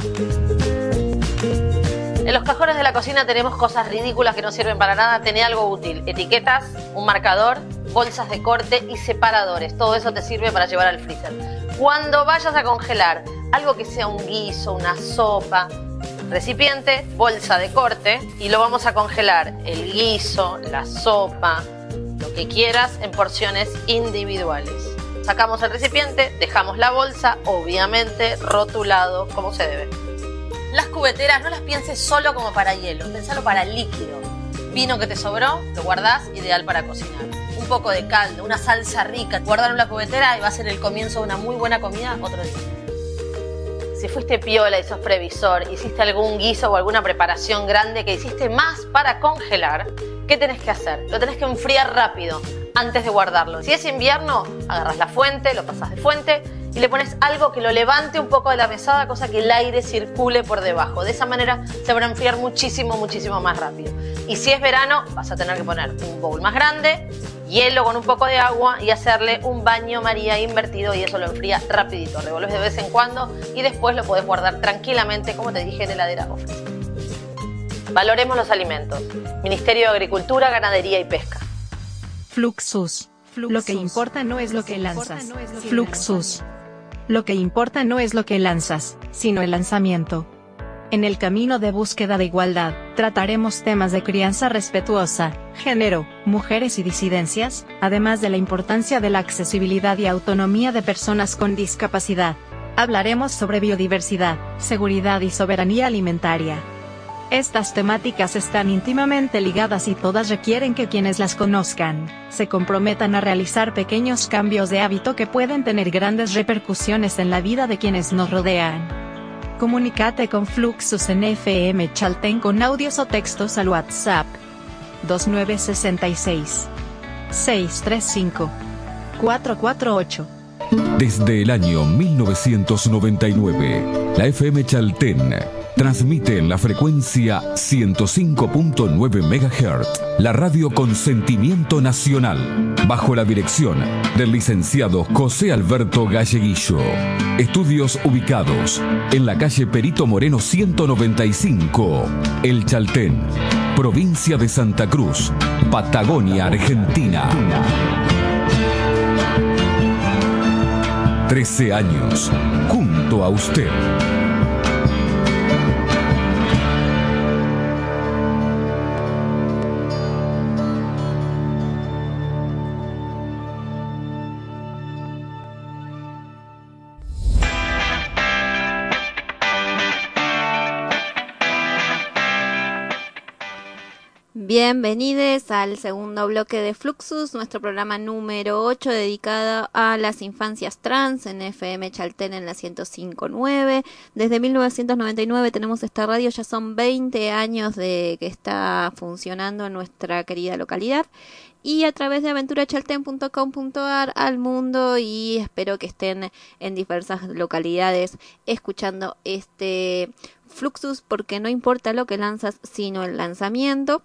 En los cajones de la cocina tenemos cosas ridículas que no sirven para nada. Tenés algo útil: etiquetas, un marcador, bolsas de corte y separadores. Todo eso te sirve para llevar al freezer. Cuando vayas a congelar algo que sea un guiso, una sopa, recipiente, bolsa de corte, y lo vamos a congelar el guiso, la sopa, lo que quieras, en porciones individuales. Sacamos el recipiente, dejamos la bolsa, obviamente rotulado como se debe. Las cubeteras no las pienses solo como para hielo, pensalo para líquido. Vino que te sobró, lo guardás, ideal para cocinar. Un poco de caldo, una salsa rica, guardarlo en la cubetera y va a ser el comienzo de una muy buena comida otro día. Si fuiste piola y sos previsor, hiciste algún guiso o alguna preparación grande que hiciste más para congelar, ¿qué tenés que hacer? Lo tenés que enfriar rápido antes de guardarlo. Si es invierno, agarras la fuente, lo pasas de fuente y le pones algo que lo levante un poco de la mesada, cosa que el aire circule por debajo. De esa manera se van a enfriar muchísimo, muchísimo más rápido. Y si es verano, vas a tener que poner un bowl más grande, hielo con un poco de agua y hacerle un baño María invertido, y eso lo enfría rapidito. Revolves de vez en cuando y después lo podés guardar tranquilamente, como te dije, en heladera o freezer. Valoremos los alimentos. Ministerio de Agricultura, Ganadería y Pesca.
Fluxus. Lo que importa no es lo que lanzas. Fluxus. Lo que importa no es lo que lanzas, sino el lanzamiento. En el camino de búsqueda de igualdad, trataremos temas de crianza respetuosa, género, mujeres y disidencias, además de la importancia de la accesibilidad y autonomía de personas con discapacidad. Hablaremos sobre biodiversidad, seguridad y soberanía alimentaria. Estas temáticas están íntimamente ligadas y todas requieren que quienes las conozcan, se comprometan a realizar pequeños cambios de hábito que pueden tener grandes repercusiones en la vida de quienes nos rodean. Comunícate con Fluxus en F M Chaltén con audios o textos al WhatsApp dos nueve seis seis, seis tres cinco, cuatro cuatro ocho.
Desde el año mil novecientos noventa y nueve, la F M Chaltén Transmite en la frecuencia ciento cinco punto nueve megahertz, la radio con sentimiento nacional, bajo la dirección del licenciado José Alberto Galleguillo. Estudios ubicados en la calle Perito Moreno ciento noventa y cinco, El Chaltén, provincia de Santa Cruz, Patagonia, Argentina. trece años, junto a usted.
Bienvenidos al segundo bloque de Fluxus, nuestro programa número ocho dedicado a las infancias trans en F M Chaltén en la ciento cinco punto nueve. Desde mil novecientos noventa y nueve tenemos esta radio, ya son veinte años de que está funcionando en nuestra querida localidad. Y a través de aventura chalten punto com punto a r al mundo, y espero que estén en diversas localidades escuchando este Fluxus, porque no importa lo que lanzas, sino el lanzamiento.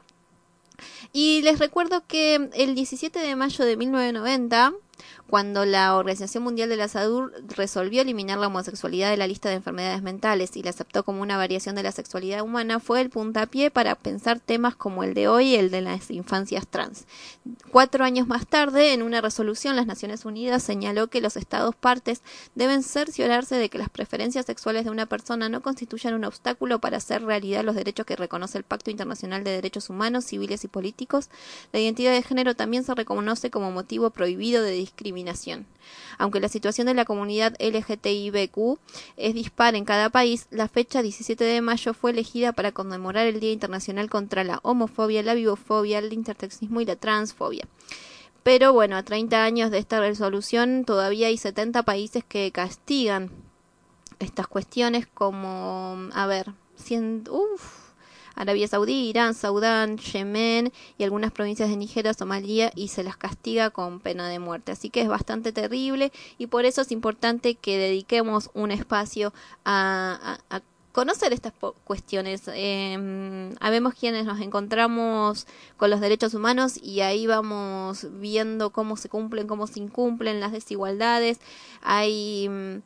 Y les recuerdo que el diecisiete de mayo de mil novecientos noventa, cuando la Organización Mundial de la Salud resolvió eliminar la homosexualidad de la lista de enfermedades mentales y la aceptó como una variación de la sexualidad humana, fue el puntapié para pensar temas como el de hoy, el de las infancias trans. Cuatro años más tarde, en una resolución, las Naciones Unidas señaló que los Estados partes deben cerciorarse de que las preferencias sexuales de una persona no constituyan un obstáculo para hacer realidad los derechos que reconoce el Pacto Internacional de Derechos Humanos, Civiles y Políticos. La identidad de género también se reconoce como motivo prohibido de discriminación. Aunque la situación de la comunidad L G T B I Q es dispar en cada país, la fecha diecisiete de mayo fue elegida para conmemorar el Día Internacional contra la Homofobia, la Bifobia, el intersexismo y la Transfobia. Pero bueno, a treinta años de esta resolución todavía hay setenta países que castigan estas cuestiones, como, a ver, cien, uff, Arabia Saudí, Irán, Sudán, Yemen y algunas provincias de Nigeria, Somalia, y se las castiga con pena de muerte. Así que es bastante terrible, y por eso es importante que dediquemos un espacio a, a, a conocer estas cuestiones. Eh, habemos quienes nos encontramos con los derechos humanos y ahí vamos viendo cómo se cumplen, cómo se incumplen, las desigualdades. Hay Mm,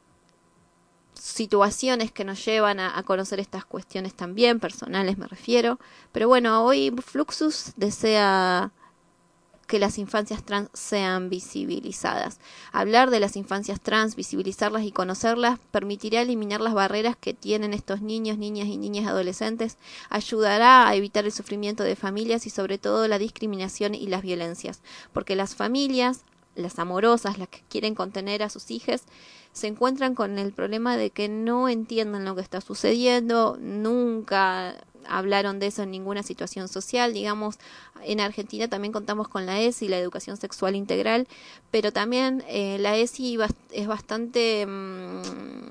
situaciones que nos llevan a, a conocer estas cuestiones también, personales me refiero. Pero bueno, hoy Fluxus desea que las infancias trans sean visibilizadas. Hablar de las infancias trans, visibilizarlas y conocerlas, permitirá eliminar las barreras que tienen estos niños, niñas y niñas adolescentes, ayudará a evitar el sufrimiento de familias y sobre todo la discriminación y las violencias, porque las familias, las amorosas, las que quieren contener a sus hijos, se encuentran con el problema de que no entienden lo que está sucediendo, nunca hablaron de eso en ninguna situación social. Digamos, en Argentina también contamos con la E S I, la educación sexual integral, pero también eh, la E S I es bastante mmm,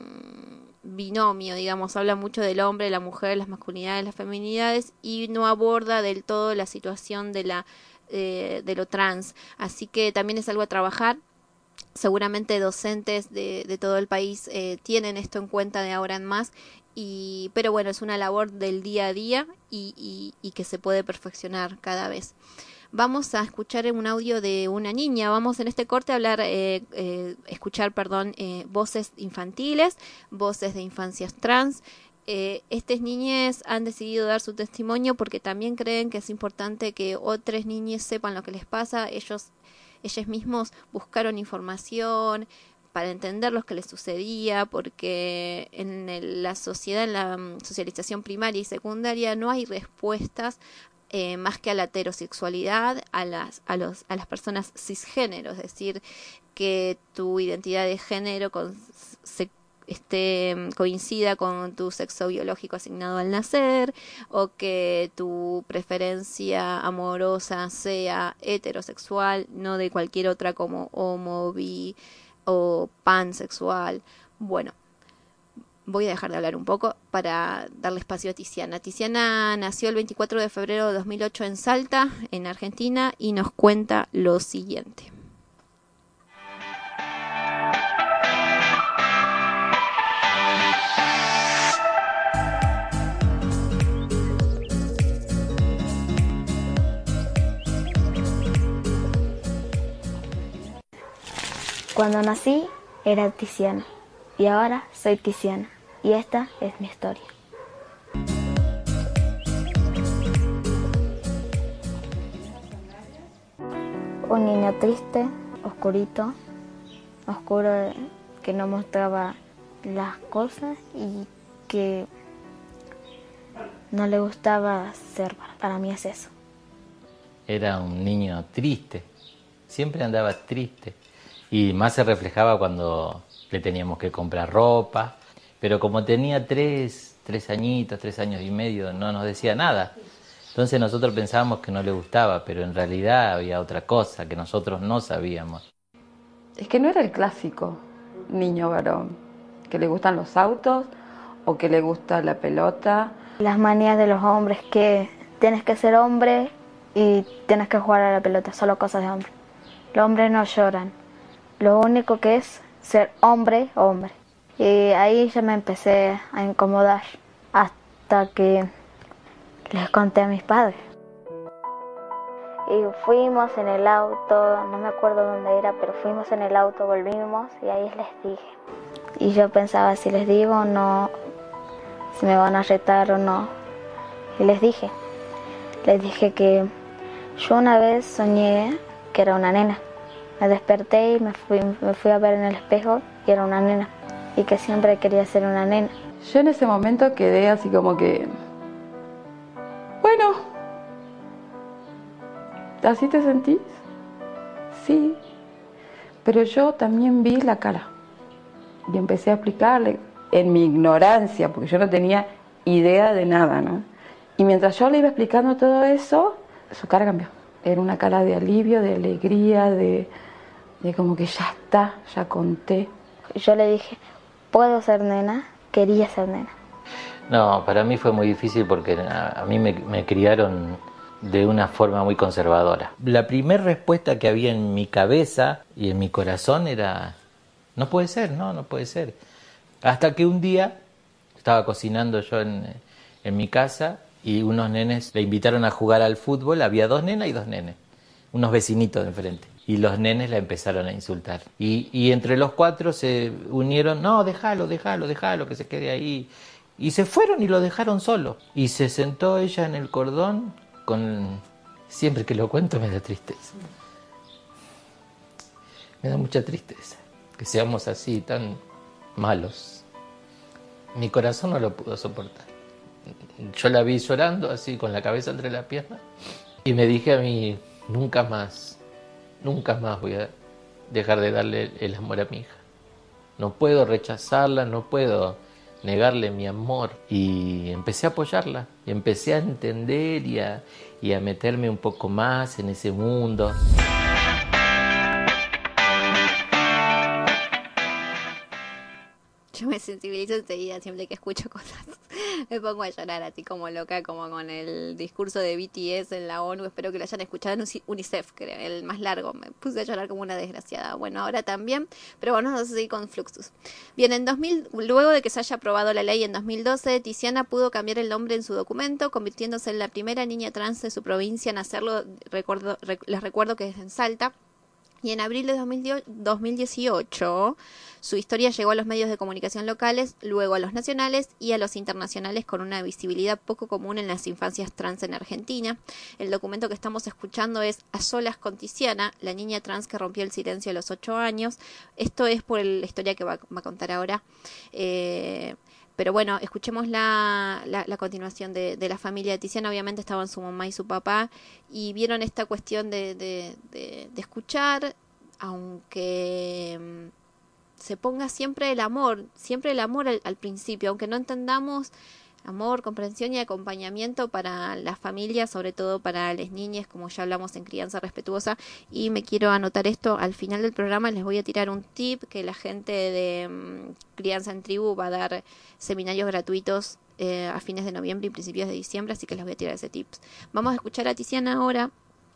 binomio, digamos, habla mucho del hombre, la mujer, las masculinidades, las feminidades, y no aborda del todo la situación de la eh, de lo trans. Así que también es algo a trabajar. Seguramente docentes de, de todo el país eh, tienen esto en cuenta de ahora en más, y, pero bueno, es una labor del día a día y, y, y que se puede perfeccionar cada vez. Vamos a escuchar un audio de una niña. Vamos en este corte a hablar, eh, eh, escuchar, perdón, eh, voces infantiles, voces de infancias trans. Eh, estas niñas han decidido dar su testimonio porque también creen que es importante que otras niñas sepan lo que les pasa. Ellos Ellos mismos buscaron información para entender lo que les sucedía, porque en el, la sociedad, en la um, socialización primaria y secundaria, no hay respuestas eh, más que a la heterosexualidad, a las, a, los, a las personas cisgénero, es decir, que tu identidad de género con, se Este, coincida con tu sexo biológico asignado al nacer, o que tu preferencia amorosa sea heterosexual, no de cualquier otra como homo, bi o pansexual. Bueno, voy a dejar de hablar un poco para darle espacio a Tiziana. Tiziana nació el veinticuatro de febrero de dos mil ocho en Salta, en Argentina, y nos cuenta lo siguiente.
Cuando nací era Tiziana y ahora soy Tiziana y esta es mi historia. Un niño triste, oscurito, oscuro, que no mostraba las cosas y que no le gustaba ser, para mí es eso.
Era un niño triste, siempre andaba triste y más se reflejaba cuando le teníamos que comprar ropa, pero como tenía tres, tres añitos, tres años y medio, no nos decía nada. Entonces nosotros pensábamos que no le gustaba, pero en realidad había otra cosa que nosotros no sabíamos.
Es que no era el clásico niño varón, que le gustan los autos o que le gusta la pelota.
Las manías de los hombres, que tienes que ser hombre y tienes que jugar a la pelota, solo cosas de hombre. Los hombres no lloran, lo único que es ser hombre, hombre. Y ahí ya me empecé a incomodar hasta que les conté a mis padres. Y fuimos en el auto, no me acuerdo dónde era, pero fuimos en el auto, volvimos y ahí les dije. Y yo pensaba si les digo o no, si me van a retar o no. Y les dije, les dije que yo una vez soñé que era una nena. Me desperté y me fui, me fui a ver en el espejo y era una nena. Y que siempre quería ser una nena.
Yo en ese momento quedé así como que... Bueno, ¿así te sentís? Sí, pero yo también vi la cara y empecé a explicarle en mi ignorancia, porque yo no tenía idea de nada, ¿no? Y mientras yo le iba explicando todo eso, su cara cambió. Era una cara de alivio, de alegría, de, de como que ya está, ya conté.
Yo le dije, ¿puedo ser nena? Quería ser nena.
No, para mí fue muy difícil porque a, a mí me, me criaron de una forma muy conservadora. La primera respuesta que había en mi cabeza y en mi corazón era, no puede ser, no, no puede ser. Hasta que un día estaba cocinando yo en, en mi casa y unos nenes le invitaron a jugar al fútbol, había dos nenas y dos nenes, unos vecinitos de enfrente. Y los nenes la empezaron a insultar. Y, y entre los cuatro se unieron, no, déjalo, déjalo, déjalo, que se quede ahí. Y se fueron y lo dejaron solo. Y se sentó ella en el cordón con... Siempre que lo cuento me da tristeza. Me da mucha tristeza que seamos así, tan malos. Mi corazón no lo pudo soportar. Yo la vi llorando así, con la cabeza entre las piernas. Y me dije a mí, nunca más, nunca más voy a dejar de darle el amor a mi hija. No puedo rechazarla, no puedo negarle mi amor. Y empecé a apoyarla, y empecé a entender y a, y a meterme un poco más en ese mundo.
Yo me sensibilizo enseguida siempre que escucho cosas. Me pongo a llorar así como loca, como con el discurso de B T S en la ONU. Espero que lo hayan escuchado en UNICEF, creo, el más largo. Me puse a llorar como una desgraciada. Bueno, ahora también, pero bueno, vamos a seguir con Fluxus. Bien, en dos mil, luego de que se haya aprobado la ley en dos mil doce, Tiziana pudo cambiar el nombre en su documento, convirtiéndose en la primera niña trans de su provincia en hacerlo. Recuerdo, rec, les recuerdo que es en Salta. Y en abril de dos mil dieciocho, su historia llegó a los medios de comunicación locales, luego a los nacionales y a los internacionales con una visibilidad poco común en las infancias trans en Argentina. El documento que estamos escuchando es A solas con Tiziana, la niña trans que rompió el silencio a los ocho años. Esto es por la historia que va, va a contar ahora. Eh, Pero bueno, escuchemos la, la, la continuación de, de la familia de Tiziana. Obviamente estaban su mamá y su papá y vieron esta cuestión de, de, de, de escuchar, aunque um, se ponga siempre el amor, siempre el amor al, al principio, aunque no entendamos amor, comprensión y acompañamiento para las familias, sobre todo para las niñas, como ya hablamos en crianza respetuosa. Y me quiero anotar esto, al final del programa les voy a tirar un tip que la gente de um, Crianza en Tribu va a dar seminarios gratuitos eh, a fines de noviembre y principios de diciembre, así que les voy a tirar ese tip. Vamos a escuchar a Tiziana ahora.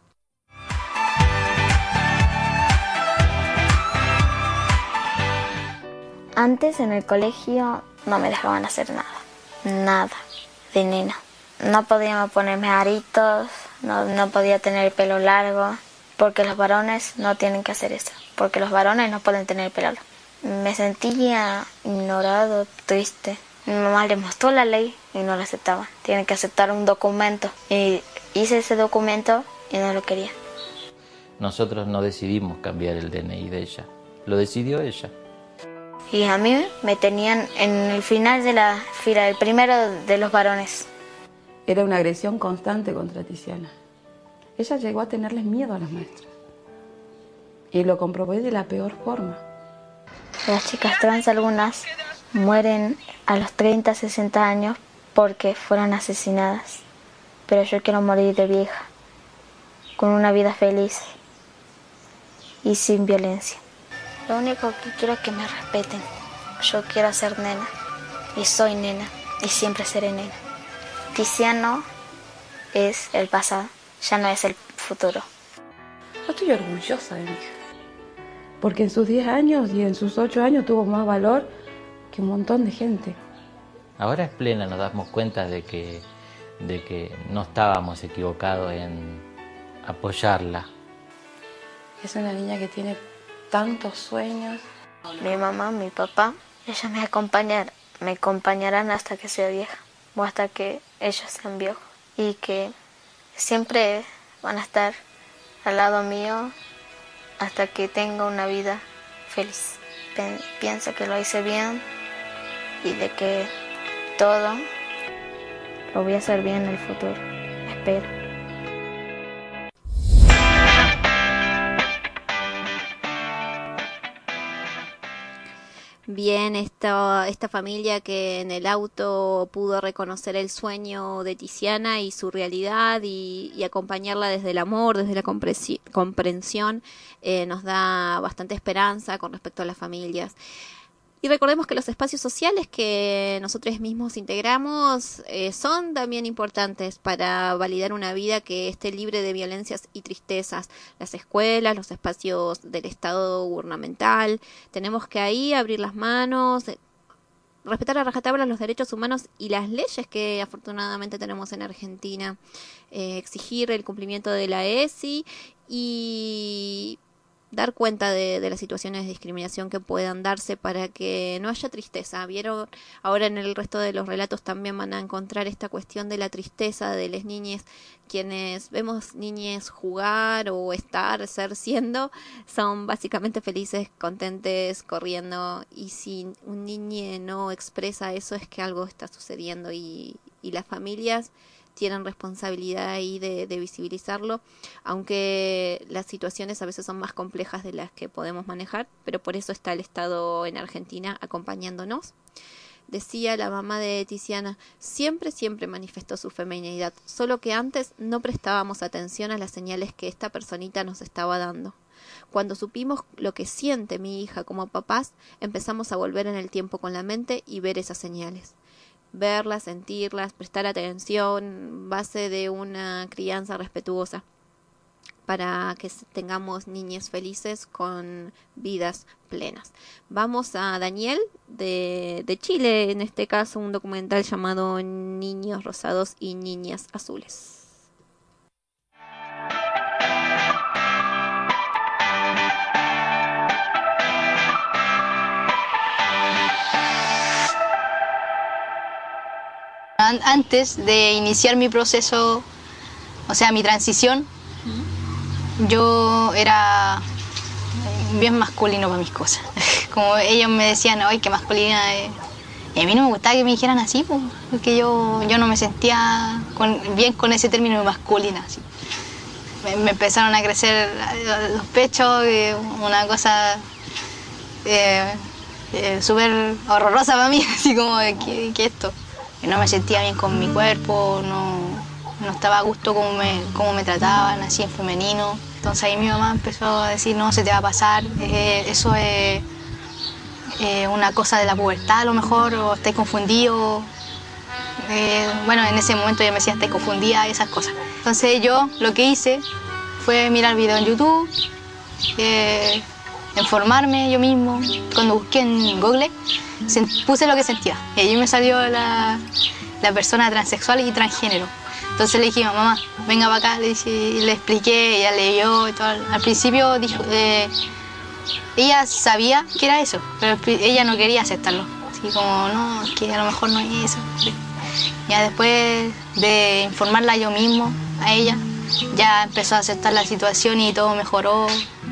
Antes en el colegio no me dejaban hacer nada. Nada, de nena. No podía ponerme aritos, no, no podía tener el pelo largo, porque los varones no tienen que hacer eso. porque los varones no pueden tener el pelo largo. Me sentía ignorado, triste. Mi mamá le mostró la ley y no la aceptaba. Tienen que aceptar un documento. Y hice ese documento y no lo quería.
Nosotros no decidimos cambiar el D N I de ella, lo decidió ella.
Y a mí me tenían en el final de la fila, el primero de los varones.
Era una agresión constante contra Tiziana. Ella llegó a tenerles miedo a las maestras. Y lo comprobé de la peor forma.
Las chicas trans, algunas, mueren a los treinta, sesenta años porque fueron asesinadas. Pero yo quiero morir de vieja, con una vida feliz y sin violencia. Lo único que quiero es que me respeten. Yo quiero ser nena, y soy nena, y siempre seré nena. Tiziano es el pasado, ya no es el futuro.
Yo estoy orgullosa de mi hija, porque en sus diez años y en sus ocho años tuvo más valor que un montón de gente.
Ahora es plena, nos damos cuenta de que, de que no estábamos equivocados en apoyarla.
Es una niña que tiene tantos sueños.
Mi mamá, mi papá, ellos me acompañarán, me acompañarán hasta que sea vieja o hasta que ellos sean viejos, y que siempre van a estar al lado mío hasta que tenga una vida feliz. Pienso que lo hice bien y de que todo lo voy a hacer bien en el futuro, espero.
Bien, esta, esta familia que en el auto pudo reconocer el sueño de Tiziana y su realidad y, y acompañarla desde el amor, desde la comprensión, eh, nos da bastante esperanza con respecto a las familias. Y recordemos que los espacios sociales que nosotros mismos integramos eh, son también importantes para validar una vida que esté libre de violencias y tristezas. Las escuelas, los espacios del Estado gubernamental, tenemos que ahí abrir las manos, respetar a rajatabla los derechos humanos y las leyes que afortunadamente tenemos en Argentina, eh, exigir el cumplimiento de la E S I y dar cuenta de, de las situaciones de discriminación que puedan darse para que no haya tristeza. Vieron, ahora en el resto de los relatos también van a encontrar esta cuestión de la tristeza de las niñas, quienes vemos niñas jugar o estar, ser, siendo, son básicamente felices, contentes, corriendo, y si un niño no expresa eso es que algo está sucediendo, y, y las familias tienen responsabilidad ahí de, de visibilizarlo, aunque las situaciones a veces son más complejas de las que podemos manejar, pero por eso está el Estado en Argentina acompañándonos. Decía la mamá de Tiziana, siempre, siempre manifestó su feminidad, solo que antes no prestábamos atención a las señales que esta personita nos estaba dando. Cuando supimos lo que siente mi hija como papás, empezamos a volver en el tiempo con la mente y ver esas señales. Verlas, sentirlas, prestar atención, base de una crianza respetuosa, para que tengamos niñas felices con vidas plenas. Vamos a Daniel de, de Chile, en este caso un documental llamado Niños Rosados y Niñas Azules.
Antes de iniciar mi proceso, o sea, mi transición, yo era bien masculino para mis cosas. Como ellos me decían, ¡ay, qué masculina es! Y a mí no me gustaba que me dijeran así, pues, porque yo, yo no me sentía con, bien con ese término de masculina. Así. Me, me empezaron a crecer los pechos, una cosa eh, eh, súper horrorosa para mí, así como, ¿qué, qué esto? No me sentía bien con mi cuerpo, no, no estaba a gusto cómo me, cómo me trataban, así en femenino. Entonces ahí mi mamá empezó a decir, no, se te va a pasar, eh, eso es eh, una cosa de la pubertad a lo mejor, o estáis confundido. Eh, bueno, en ese momento ella me decía, estáis confundida y esas cosas. Entonces yo lo que hice fue mirar videos en YouTube, eh, informarme yo mismo. Cuando busqué en Google, puse lo que sentía y allí me salió la, la persona transexual y transgénero. Entonces le dije, mamá, venga para acá, le, dije, le expliqué, ella leyó y todo. Al principio dijo, eh, ella sabía que era eso, pero ella no quería aceptarlo. Así como, no, es que a lo mejor no es eso. Ya después de informarla yo mismo, a ella, ya empezó a aceptar la situación y todo mejoró.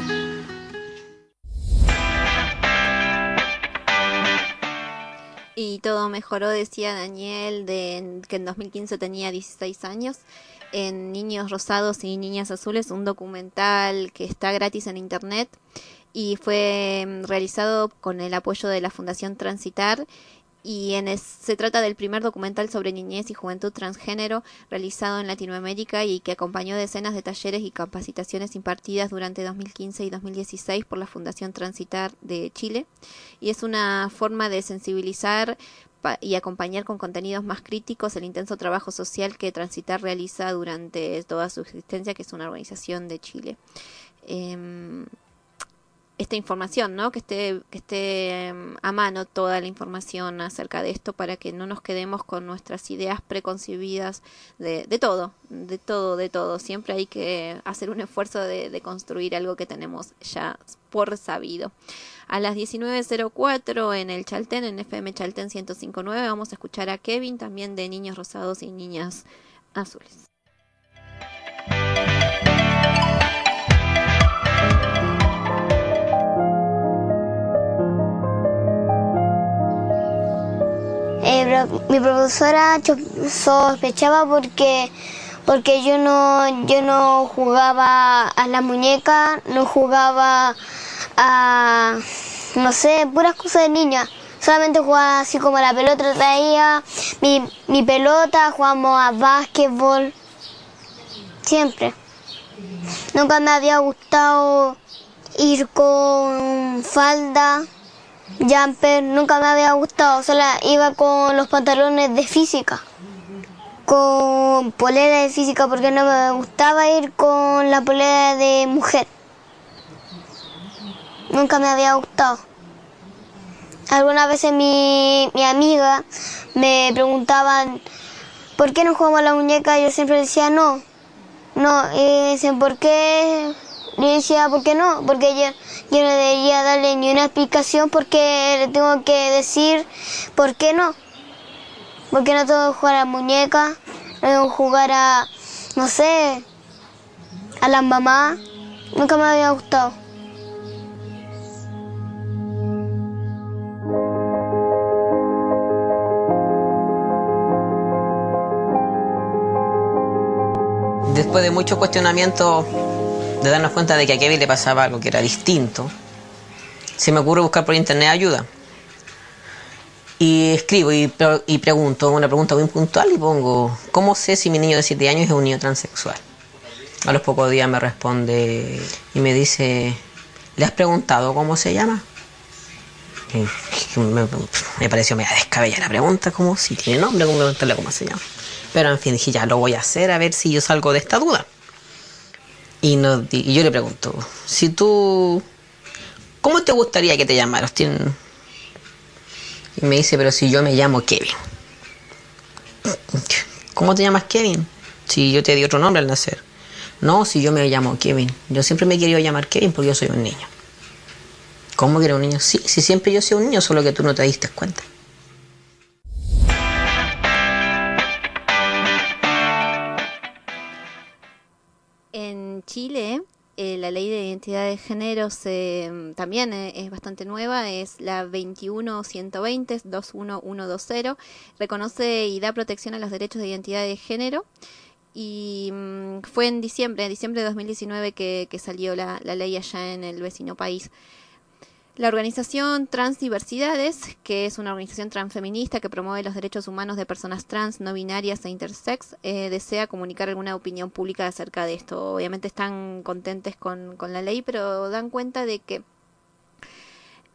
Y todo mejoró, decía Daniel, de que en dos mil quince tenía dieciséis años, en Niños Rosados y Niñas Azules, un documental que está gratis en internet y fue realizado con el apoyo de la Fundación Transitar. Y en es, se trata del primer documental sobre niñez y juventud transgénero realizado en Latinoamérica y que acompañó decenas de talleres y capacitaciones impartidas durante dos mil quince y dos mil dieciséis por la Fundación Transitar de Chile. Y es una forma de sensibilizar y acompañar con contenidos más críticos el intenso trabajo social que Transitar realiza durante toda su existencia, que es una organización de Chile. Eh, esta información, ¿no? Que esté, que esté a mano toda la información acerca de esto para que no nos quedemos con nuestras ideas preconcebidas de, de todo, de todo, de todo. Siempre hay que hacer un esfuerzo de, de construir algo que tenemos ya por sabido. A las diecinueve cero cuatro en el Chaltén, en F M Chaltén ciento cinco punto nueve, vamos a escuchar a Kevin, también de Niños Rosados y Niñas Azules.
Eh, mi profesora sospechaba porque porque yo no yo no jugaba a la muñeca, no jugaba a, no sé, puras cosas de niña. Solamente jugaba así como la pelota, traía mi, mi pelota, jugamos a básquetbol, siempre. Nunca me había gustado ir con falda, jumper, nunca me había gustado, solo iba con los pantalones de física, con polera de física, porque no me gustaba ir con la polera de mujer. Nunca me había gustado. Algunas veces mi, mi amiga me preguntaban ¿por qué no jugamos a la muñeca? Y yo siempre decía no, no, y dicen ¿por qué? Y yo decía ¿por qué no? Porque yo, yo no debería darle ni una explicación porque le tengo que decir ¿por qué no? Porque no tengo que jugar a la muñeca, no tengo que jugar a, no sé, a las mamás. Nunca me había gustado.
Después de mucho cuestionamiento, de darnos cuenta de que a Kevin le pasaba algo que era distinto, se me ocurre buscar por internet ayuda. Y escribo y, pre y pregunto una pregunta muy puntual y pongo ¿cómo sé si mi niño de siete años es un niño transexual? A los pocos días me responde y me dice ¿le has preguntado cómo se llama? Y me, me pareció media descabellada la pregunta, como si tiene nombre, como preguntarle cómo se llama. Pero en fin, dije, ya lo voy a hacer a ver si yo salgo de esta duda. Y, no, y yo le pregunto, si tú, ¿cómo te gustaría que te llamaras? Y me dice, pero si yo me llamo Kevin. ¿Cómo te llamas Kevin? Si yo te di otro nombre al nacer. No, si yo me llamo Kevin. Yo siempre me he querido llamar Kevin porque yo soy un niño. ¿Cómo que era un niño? Sí, si siempre yo soy un niño, solo que tú no te diste cuenta.
En Chile, eh, la ley de identidad de género se, también eh, es bastante nueva, es la veintiuno ciento veinte, dos uno uno dos cero, reconoce y da protección a los derechos de identidad de género y mmm, fue en diciembre, en diciembre de dos mil diecinueve que, que salió la, la ley allá en el vecino país. La organización Transdiversidades, que es una organización transfeminista que promueve los derechos humanos de personas trans, no binarias e intersex, eh, desea comunicar alguna opinión pública acerca de esto. Obviamente están contentes con, con la ley, pero dan cuenta de que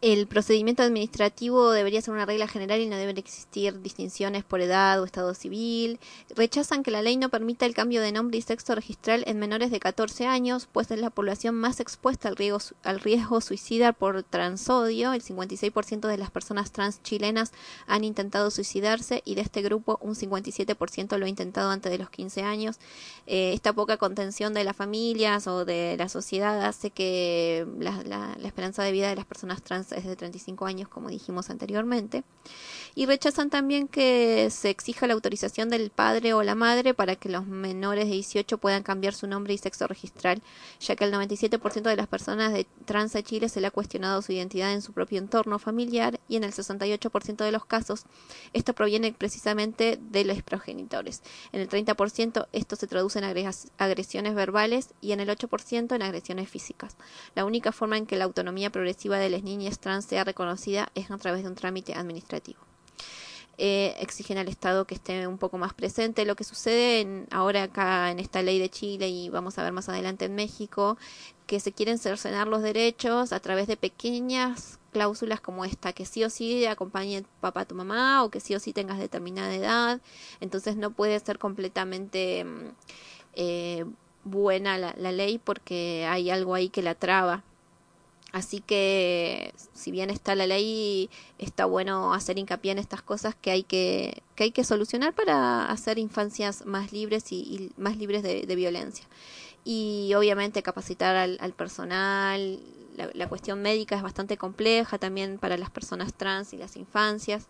El procedimiento administrativo debería ser una regla general y no deben existir distinciones por edad o estado civil. Rechazan que la ley no permita el cambio de nombre y sexo registral en menores de catorce años, pues es la población más expuesta al riesgo, al riesgo suicida por transodio. El cincuenta y seis por ciento de las personas trans chilenas han intentado suicidarse y de este grupo un cincuenta y siete por ciento lo ha intentado antes de los quince años. Eh, esta poca contención de las familias o de la sociedad hace que la, la, la esperanza de vida de las personas trans es de treinta y cinco años, como dijimos anteriormente. Y rechazan también que se exija la autorización del padre o la madre para que los menores de dieciocho puedan cambiar su nombre y sexo registral, ya que el noventa y siete por ciento de las personas de trans de Chile se le ha cuestionado su identidad en su propio entorno familiar y en el sesenta y ocho por ciento de los casos esto proviene precisamente de los progenitores. En el treinta por ciento esto se traduce en agresiones verbales y en el ocho por ciento en agresiones físicas. La única forma en que la autonomía progresiva de las niñas trans sea reconocida es a través de un trámite administrativo. Eh, exigen al Estado que esté un poco más presente. Lo que sucede en, ahora acá en esta ley de Chile y vamos a ver más adelante en México, que se quieren cercenar los derechos a través de pequeñas cláusulas como esta, que sí o sí acompañe papá a tu mamá o que sí o sí tengas determinada edad. Entonces no puede ser completamente eh, buena la, la ley porque hay algo ahí que la traba. Así que, si bien está la ley, está bueno hacer hincapié en estas cosas que hay que, que hay que solucionar para hacer infancias más libres y, y más libres de, de violencia. Y obviamente capacitar al, al personal. La, la cuestión médica es bastante compleja también para las personas trans y las infancias.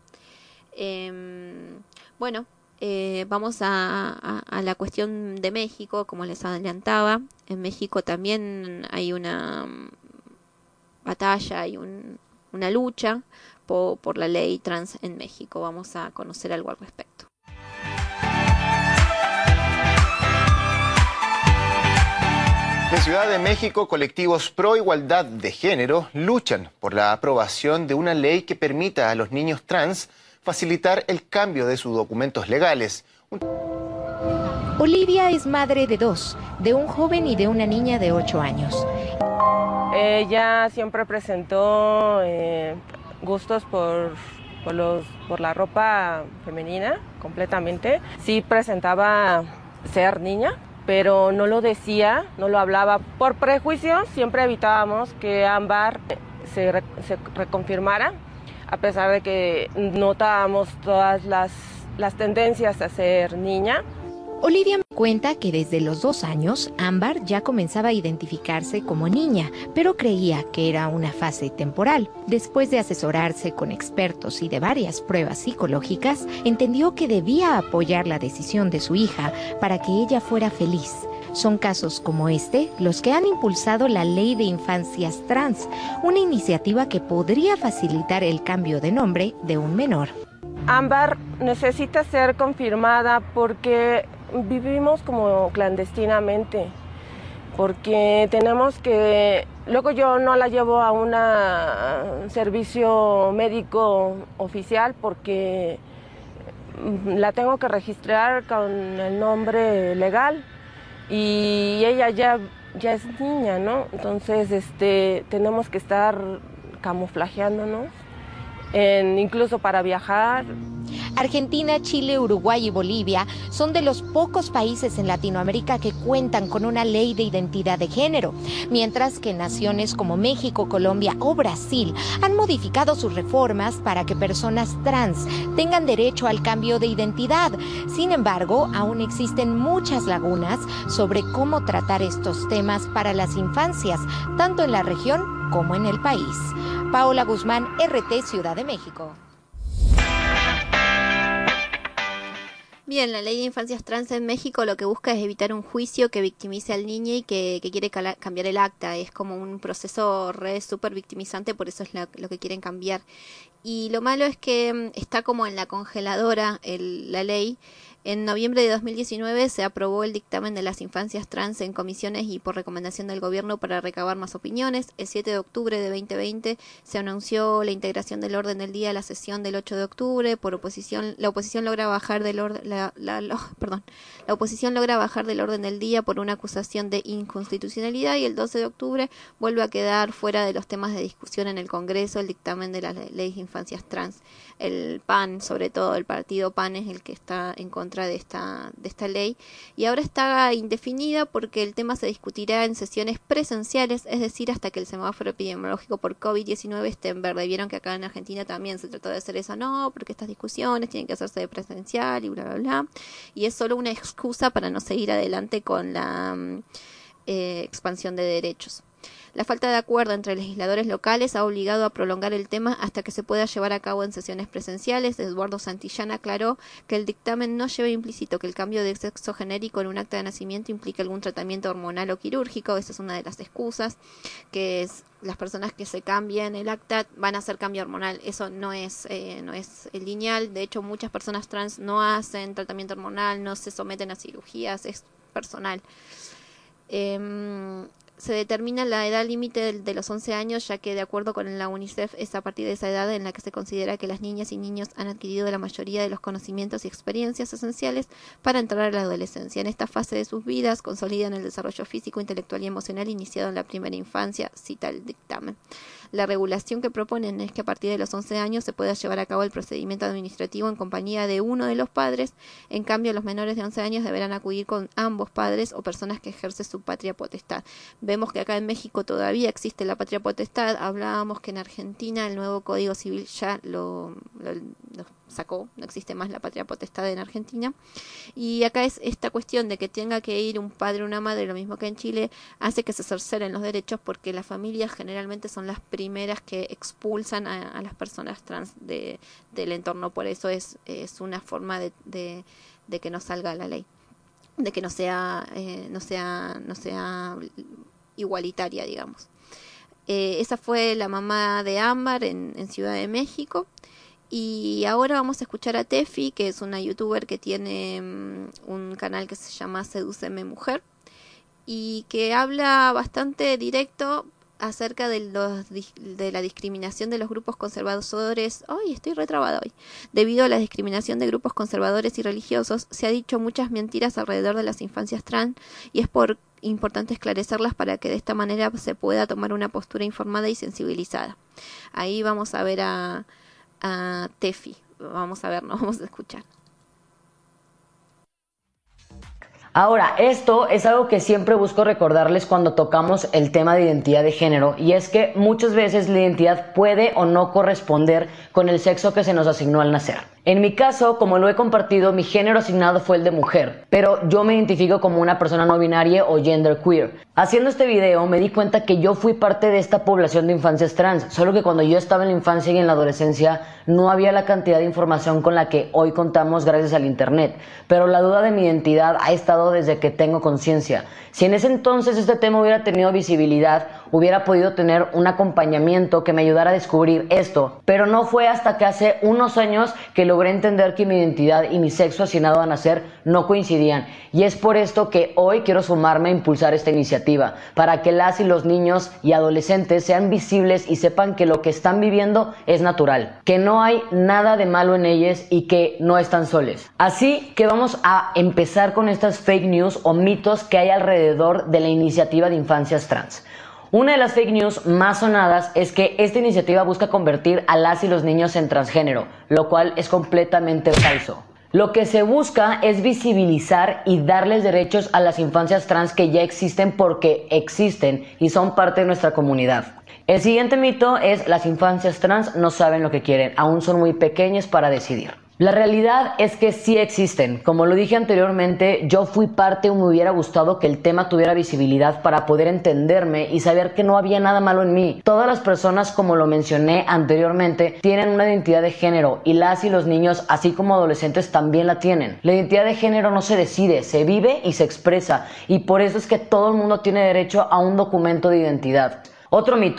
Eh, bueno, eh, vamos a, a, a la cuestión de México, como les adelantaba. En México también hay una batalla y un, una lucha por, por la ley trans en México. Vamos a conocer algo al respecto.
En Ciudad de México, colectivos pro igualdad de género luchan por la aprobación de una ley que permita a los niños trans facilitar el cambio de sus documentos legales.
Olivia es madre de dos, de un joven y de una niña de ocho años.
Ella siempre presentó eh, gustos por, por, los, por la ropa femenina completamente. Sí presentaba ser niña, pero no lo decía, no lo hablaba. Por prejuicio siempre evitábamos que Ámbar se, re, se reconfirmara, a pesar de que notábamos todas las, las tendencias a ser niña.
Olivia me cuenta que desde los dos años, Ámbar ya comenzaba a identificarse como niña, pero creía que era una fase temporal. Después de asesorarse con expertos y de varias pruebas psicológicas, entendió que debía apoyar la decisión de su hija para que ella fuera feliz. Son casos como este los que han impulsado la Ley de Infancias Trans, una iniciativa que podría facilitar el cambio de nombre de un menor.
Ámbar necesita ser confirmada porque vivimos como clandestinamente, porque tenemos que... Luego yo no la llevo a un servicio médico oficial porque la tengo que registrar con el nombre legal y ella ya, ya es niña, ¿no? Entonces este, tenemos que estar camuflajeándonos, en, incluso para viajar.
Argentina, Chile, Uruguay y Bolivia son de los pocos países en Latinoamérica que cuentan con una ley de identidad de género, mientras que naciones como México, Colombia o Brasil han modificado sus reformas para que personas trans tengan derecho al cambio de identidad. Sin embargo, aún existen muchas lagunas sobre cómo tratar estos temas para las infancias, tanto en la región como en el país. Paola Guzmán, R T, Ciudad de México.
Bien, la ley de infancias trans en México lo que busca es evitar un juicio que victimice al niño y que, que quiere cala, cambiar el acta. Es como un proceso re súper victimizante, por eso es la, lo que quieren cambiar. y lo malo es que está como en la congeladora el, la ley. En noviembre de dos mil diecinueve se aprobó el dictamen de las infancias trans en comisiones y por recomendación del gobierno para recabar más opiniones. El siete de octubre de veinte veinte se anunció la integración del orden del día a la sesión del ocho de octubre. Por oposición, la oposición logra bajar del orden, la, la, la, perdón, la oposición logra bajar del orden del día por una acusación de inconstitucionalidad y el doce de octubre vuelve a quedar fuera de los temas de discusión en el Congreso el dictamen de las leyes de infancias trans. El P A N, sobre todo el partido P A N, es el que está en contra de esta, de esta ley y ahora está indefinida porque el tema se discutirá en sesiones presenciales, es decir, hasta que el semáforo epidemiológico por COVID diecinueve esté en verde. Vieron que acá en Argentina también se trató de hacer eso, no, porque estas discusiones tienen que hacerse de presencial y bla, bla, bla, y es solo una excusa para no seguir adelante con la eh, expansión de derechos. La falta de acuerdo entre legisladores locales ha obligado a prolongar el tema hasta que se pueda llevar a cabo en sesiones presenciales. Eduardo Santillán aclaró que el dictamen no lleva implícito que el cambio de sexo genérico en un acta de nacimiento implique algún tratamiento hormonal o quirúrgico. Esa es una de las excusas, que es las personas que se cambien el acta van a hacer cambio hormonal. Eso no es, eh, no es lineal. De hecho, muchas personas trans no hacen tratamiento hormonal, no se someten a cirugías, es personal. Eh, Se determina la edad límite de, de los once años, ya que de acuerdo con la UNICEF es a partir de esa edad en la que se considera que las niñas y niños han adquirido la mayoría de los conocimientos y experiencias esenciales para entrar a la adolescencia. En esta fase de sus vidas consolidan el desarrollo físico, intelectual y emocional iniciado en la primera infancia, cita el dictamen. La regulación que proponen es que a partir de los once años se pueda llevar a cabo el procedimiento administrativo en compañía de uno de los padres. En cambio, los menores de once años deberán acudir con ambos padres o personas que ejercen su patria potestad. Vemos que acá en México todavía existe la patria potestad. Hablábamos que en Argentina el nuevo Código Civil ya lo, lo, lo sacó, no existe más la patria potestad en Argentina. Y acá es esta cuestión de que tenga que ir un padre o una madre, lo mismo que en Chile, hace que se cercenen los derechos porque las familias generalmente son las primeras que expulsan a, a las personas trans de, del entorno. Por eso es, es una forma de, de, de que no salga la ley, de que no sea, eh, no sea, no sea igualitaria, digamos. Eh, esa fue la mamá de Ámbar en, en Ciudad de México. Y ahora vamos a escuchar a Tefi, que es una youtuber que tiene um, un canal que se llama Sedúceme Mujer y que habla bastante directo acerca de, los, de la discriminación de los grupos conservadores. ¡Ay, estoy retrabada hoy! Debido a la discriminación de grupos conservadores y religiosos, se ha dicho muchas mentiras alrededor de las infancias trans y es por importante esclarecerlas para que de esta manera se pueda tomar una postura informada y sensibilizada. Ahí vamos a ver a, a Tefi. Vamos a ver, nos vamos a escuchar.
Ahora, esto es algo que siempre busco recordarles cuando tocamos el tema de identidad de género, y es que muchas veces la identidad puede o no corresponder con el sexo que se nos asignó al nacer. En mi caso, como lo he compartido, mi género asignado fue el de mujer, pero yo me identifico como una persona no binaria o genderqueer. Haciendo este video me di cuenta que yo fui parte de esta población de infancias trans, solo que cuando yo estaba en la infancia y en la adolescencia no había la cantidad de información con la que hoy contamos gracias al internet, pero la duda de mi identidad ha estado desde que tengo conciencia. Si en ese entonces este tema hubiera tenido visibilidad, hubiera podido tener un acompañamiento que me ayudara a descubrir esto, pero no fue hasta que hace unos años que logré entender que mi identidad y mi sexo asignado a nacer no coincidían, y es por esto que hoy quiero sumarme a impulsar esta iniciativa, para que las y los niños y adolescentes sean visibles y sepan que lo que están viviendo es natural, que no hay nada de malo en ellos y que no están solos. Así que vamos a empezar con estas fake news o mitos que hay alrededor de la iniciativa de infancias trans. Una de las fake news más sonadas es que esta iniciativa busca convertir a las y los niños en transgénero, lo cual es completamente falso. Lo que se busca es visibilizar y darles derechos a las infancias trans que ya existen porque existen y son parte de nuestra comunidad. El siguiente mito es: las infancias trans no saben lo que quieren, aún son muy pequeñas para decidir. La realidad es que sí existen. Como lo dije anteriormente, yo fui parte o me hubiera gustado que el tema tuviera visibilidad para poder entenderme y saber que no había nada malo en mí. Todas las personas, como lo mencioné anteriormente, tienen una identidad de género y las y los niños, así como adolescentes, también la tienen. La identidad de género no se decide, se vive y se expresa, y por eso es que todo el mundo tiene derecho a un documento de identidad. Otro mito: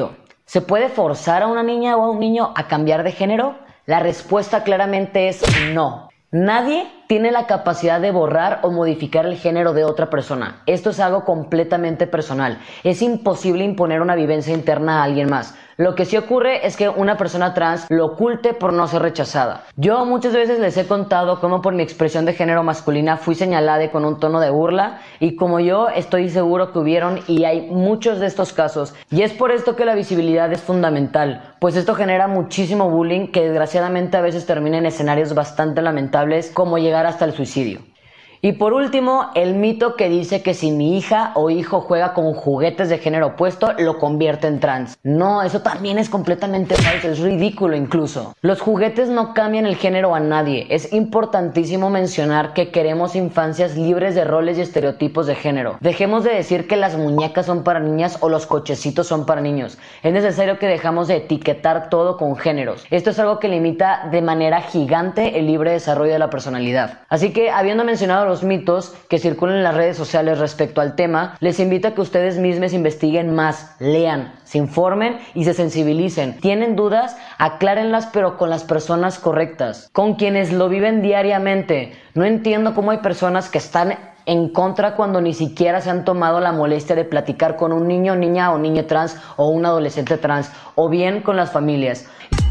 ¿Se puede forzar a una niña o a un niño a cambiar de género? La respuesta claramente es no. Nadie tiene la capacidad de borrar o modificar el género de otra persona. Esto es algo completamente personal. Es imposible imponer una vivencia interna a alguien más. Lo que sí ocurre es que una persona trans lo oculte por no ser rechazada. Yo muchas veces les he contado cómo por mi expresión de género masculina fui señalada con un tono de burla, y como yo estoy seguro que hubieron y hay muchos de estos casos, y es por esto que la visibilidad es fundamental, pues esto genera muchísimo bullying que desgraciadamente a veces termina en escenarios bastante lamentables como llegar hasta el suicidio. Y por último, el mito que dice que si mi hija o hijo juega con juguetes de género opuesto, lo convierte en trans. No, eso también es completamente falso, es ridículo incluso. Los juguetes no cambian el género a nadie. Es importantísimo mencionar que queremos infancias libres de roles y estereotipos de género. Dejemos de decir que las muñecas son para niñas o los cochecitos son para niños. Es necesario que dejamos de etiquetar todo con géneros. Esto es algo que limita de manera gigante el libre desarrollo de la personalidad. Así que, habiendo mencionado los mitos que circulan en las redes sociales respecto al tema, les invito a que ustedes mismos investiguen más, lean, se informen y se sensibilicen. ¿Tienen dudas? Aclárenlas, pero con las personas correctas, con quienes lo viven diariamente. No entiendo cómo hay personas que están en contra cuando ni siquiera se han tomado la molestia de platicar con un niño, niña o niño trans o un adolescente trans, o bien con las familias.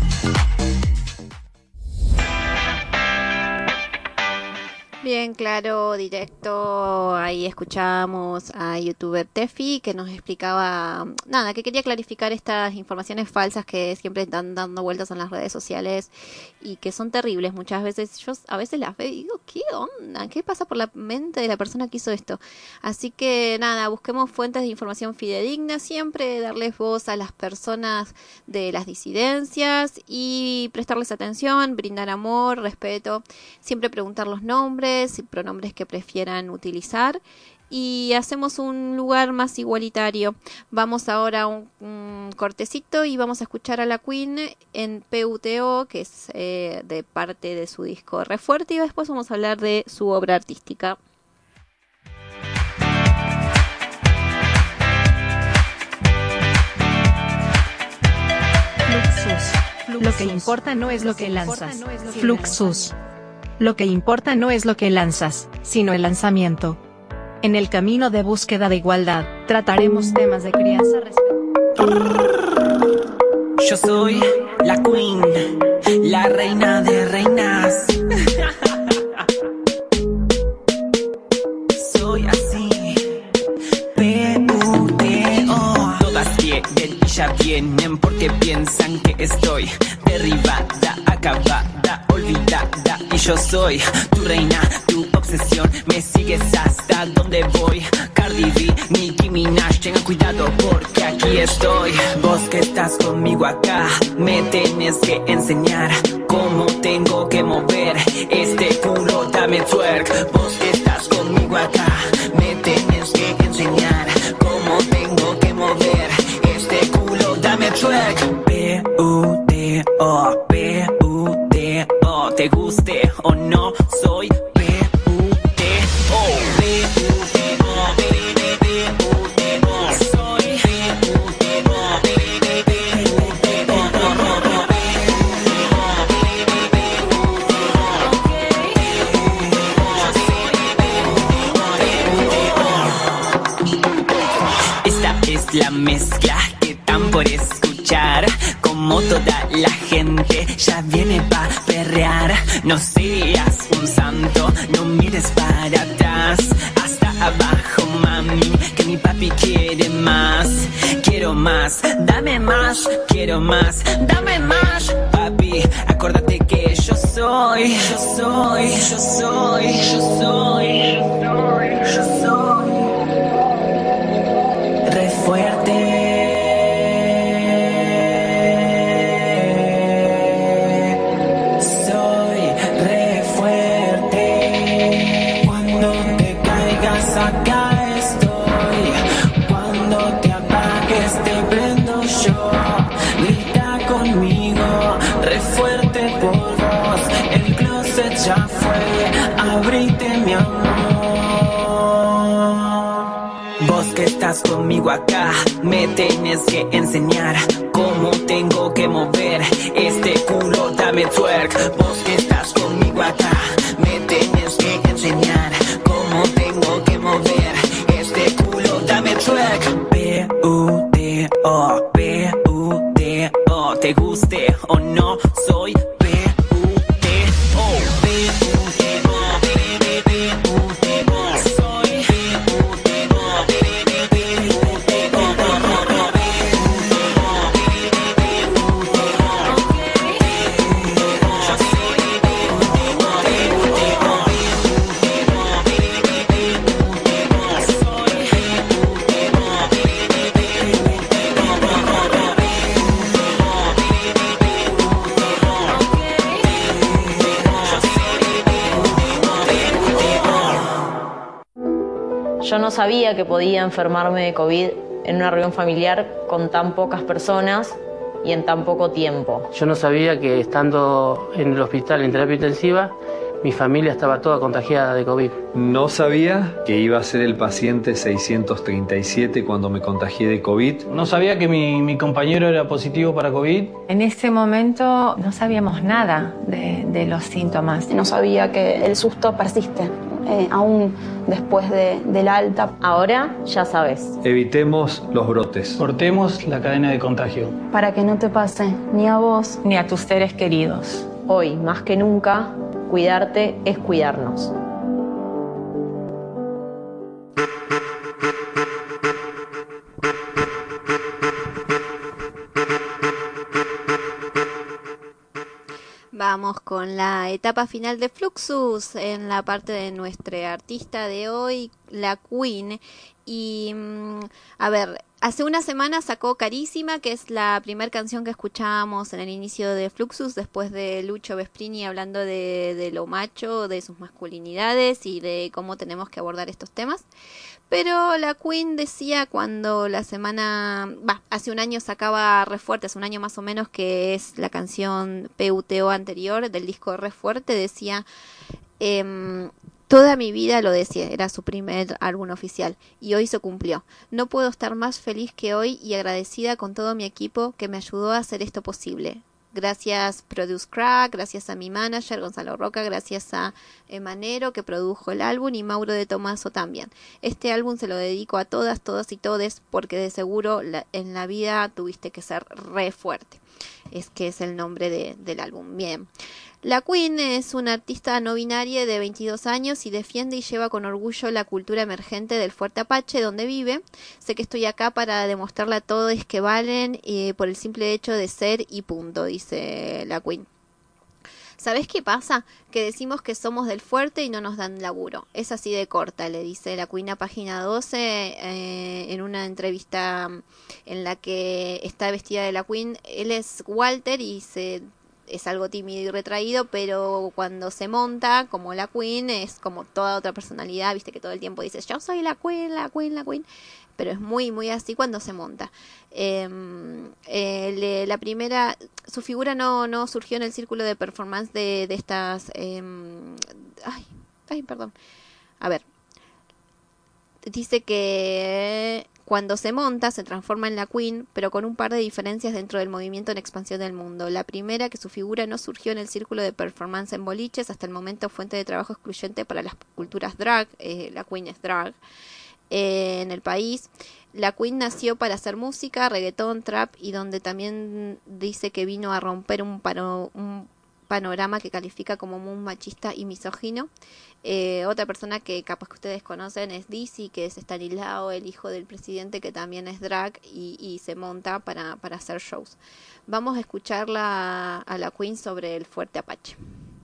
Bien, claro, directo, ahí escuchamos a youtuber Tefi que nos explicaba, nada, que quería clarificar estas informaciones falsas que siempre están dando vueltas en las redes sociales y que son terribles. Muchas veces, yo a veces las veo y digo, ¿qué onda? ¿Qué pasa por la mente de la persona que hizo esto? Así que nada, busquemos fuentes de información fidedigna, siempre darles voz a las personas de las disidencias y prestarles atención, brindar amor, respeto, siempre preguntar los nombres y pronombres que prefieran utilizar y hacemos un lugar más igualitario. Vamos ahora a un, un cortecito y vamos a escuchar a la Queen en P U T O, que es eh, de parte de su disco Re Fuerte, y después vamos a hablar de su obra artística.
Fluxus. Lo que importa no es lo que lanzas. Fluxus. Lo que importa no es lo que lanzas, sino el lanzamiento. En el camino de búsqueda de igualdad, trataremos temas de crianza respeto.
Yo soy la Queen, la reina de reinas. Soy así, P U T O. Todas quieren y ya vienen porque piensan que estoy derribada, acabada, olvidada. Y yo soy tu reina, tu obsesión. Me sigues hasta donde voy. Cardi B, Nicki Minaj, tengan cuidado porque aquí estoy. Vos que estás conmigo acá, me tenés que enseñar cómo tengo que mover este culo, dame twerk. Vos que estás conmigo acá, me tenés que enseñar cómo tengo que mover este culo, dame twerk. P U T O, P U T O, te guste o no, soy P U T O, P U T O, P U T O, soy P U T O, P U T O. Esta es la mezcla que están por escuchar. Como toda la gente ya viene pa' perrear. No seas un santo, no mires para atrás. Hasta abajo, mami, que mi papi quiere más. Quiero más, dame más. Quiero más, dame más. Papi, acuérdate que yo soy, yo soy, yo soy, yo soy, yo soy, yo soy re fuerte. Acá estoy, cuando te apagues te prendo yo. Grita conmigo, re fuerte por vos. El closet ya fue, abrite mi amor. Vos que estás conmigo acá. Me tenés que enseñar cómo tengo que mover este culo, dame twerk. Vos que estás conmigo acá, me tenés que enseñar cómo tengo que mover este culo, dame twerk. B U D O, B U D O, te guste o no, soy B U D O, B U D O, B U D O, soy B U D O, B U D
Yo no sabía que podía enfermarme de COVID en una reunión familiar con tan pocas personas y en tan poco tiempo.
Yo no sabía que estando en el hospital en terapia intensiva, mi familia estaba toda contagiada de COVID.
No sabía que iba a ser el paciente seiscientos treinta y siete cuando me contagié de COVID.
No sabía que mi, mi compañero era positivo para COVID.
En ese momento no sabíamos nada de, de los síntomas.
No sabía que el susto persiste, eh, aún después de, del alta.
Ahora ya sabes.
Evitemos los brotes.
Cortemos la cadena de contagio.
Para que no te pase ni a vos
ni a tus seres queridos.
Hoy, más que nunca, cuidarte es cuidarnos.
Vamos con la etapa final de Fluxus en la parte de nuestra artista de hoy, la Queen. Y a ver, hace una semana sacó Carísima, que es la primera canción que escuchábamos en el inicio de Fluxus, después de Lucho Vesprini hablando de, de lo macho, de sus masculinidades y de cómo tenemos que abordar estos temas. Pero la Queen decía cuando la semana, bah, hace un año sacaba Re Fuerte, hace un año más o menos, que es la canción P U T O anterior del disco Re Fuerte, decía... Eh, Toda mi vida lo decía, era su primer álbum oficial y hoy se cumplió. No puedo estar más feliz que hoy y agradecida con todo mi equipo que me ayudó a hacer esto posible. Gracias Produce Crack, gracias a mi manager Gonzalo Roca, gracias a Emanero que produjo el álbum y Mauro de Tomaso también. Este álbum se lo dedico a todas, todas y todes porque de seguro la, en la vida tuviste que ser re fuerte. Es que es el nombre de, del álbum. Bien. La Queen es una artista no binaria de veintidós años y defiende y lleva con orgullo la cultura emergente del Fuerte Apache donde vive. Sé que estoy acá para demostrarle a todos que valen eh, por el simple hecho de ser y punto, dice la Queen. ¿Sabés qué pasa? Que decimos que somos del fuerte y no nos dan laburo. Es así de corta, le dice la Queen a página doce eh, en una entrevista en la que está vestida de la Queen. Él es Walter y se... es algo tímido y retraído, pero cuando se monta como la Queen es como toda otra personalidad, viste que todo el tiempo dices yo soy la Queen, la Queen, la Queen, pero es muy muy así cuando se monta. Eh, eh, le, la primera, su figura no, no surgió en el círculo de performance de, de estas eh, ay, ay, perdón a ver dice que cuando se monta se transforma en la Queen, pero con un par de diferencias dentro del movimiento en expansión del mundo. La primera, que su figura no surgió en el círculo de performance en boliches, hasta el momento fuente de trabajo excluyente para las culturas drag, eh, la Queen es drag, eh, en el país. La Queen nació para hacer música, reggaetón, trap, y donde también dice que vino a romper un, pano, un panorama que califica como muy machista y misógino. Eh, otra persona que capaz que ustedes conocen es Dizzy, que es Stanislao, el hijo del presidente, que también es drag y, y se monta para, para hacer shows. Vamos a escucharla a la Queen sobre el Fuerte Apache.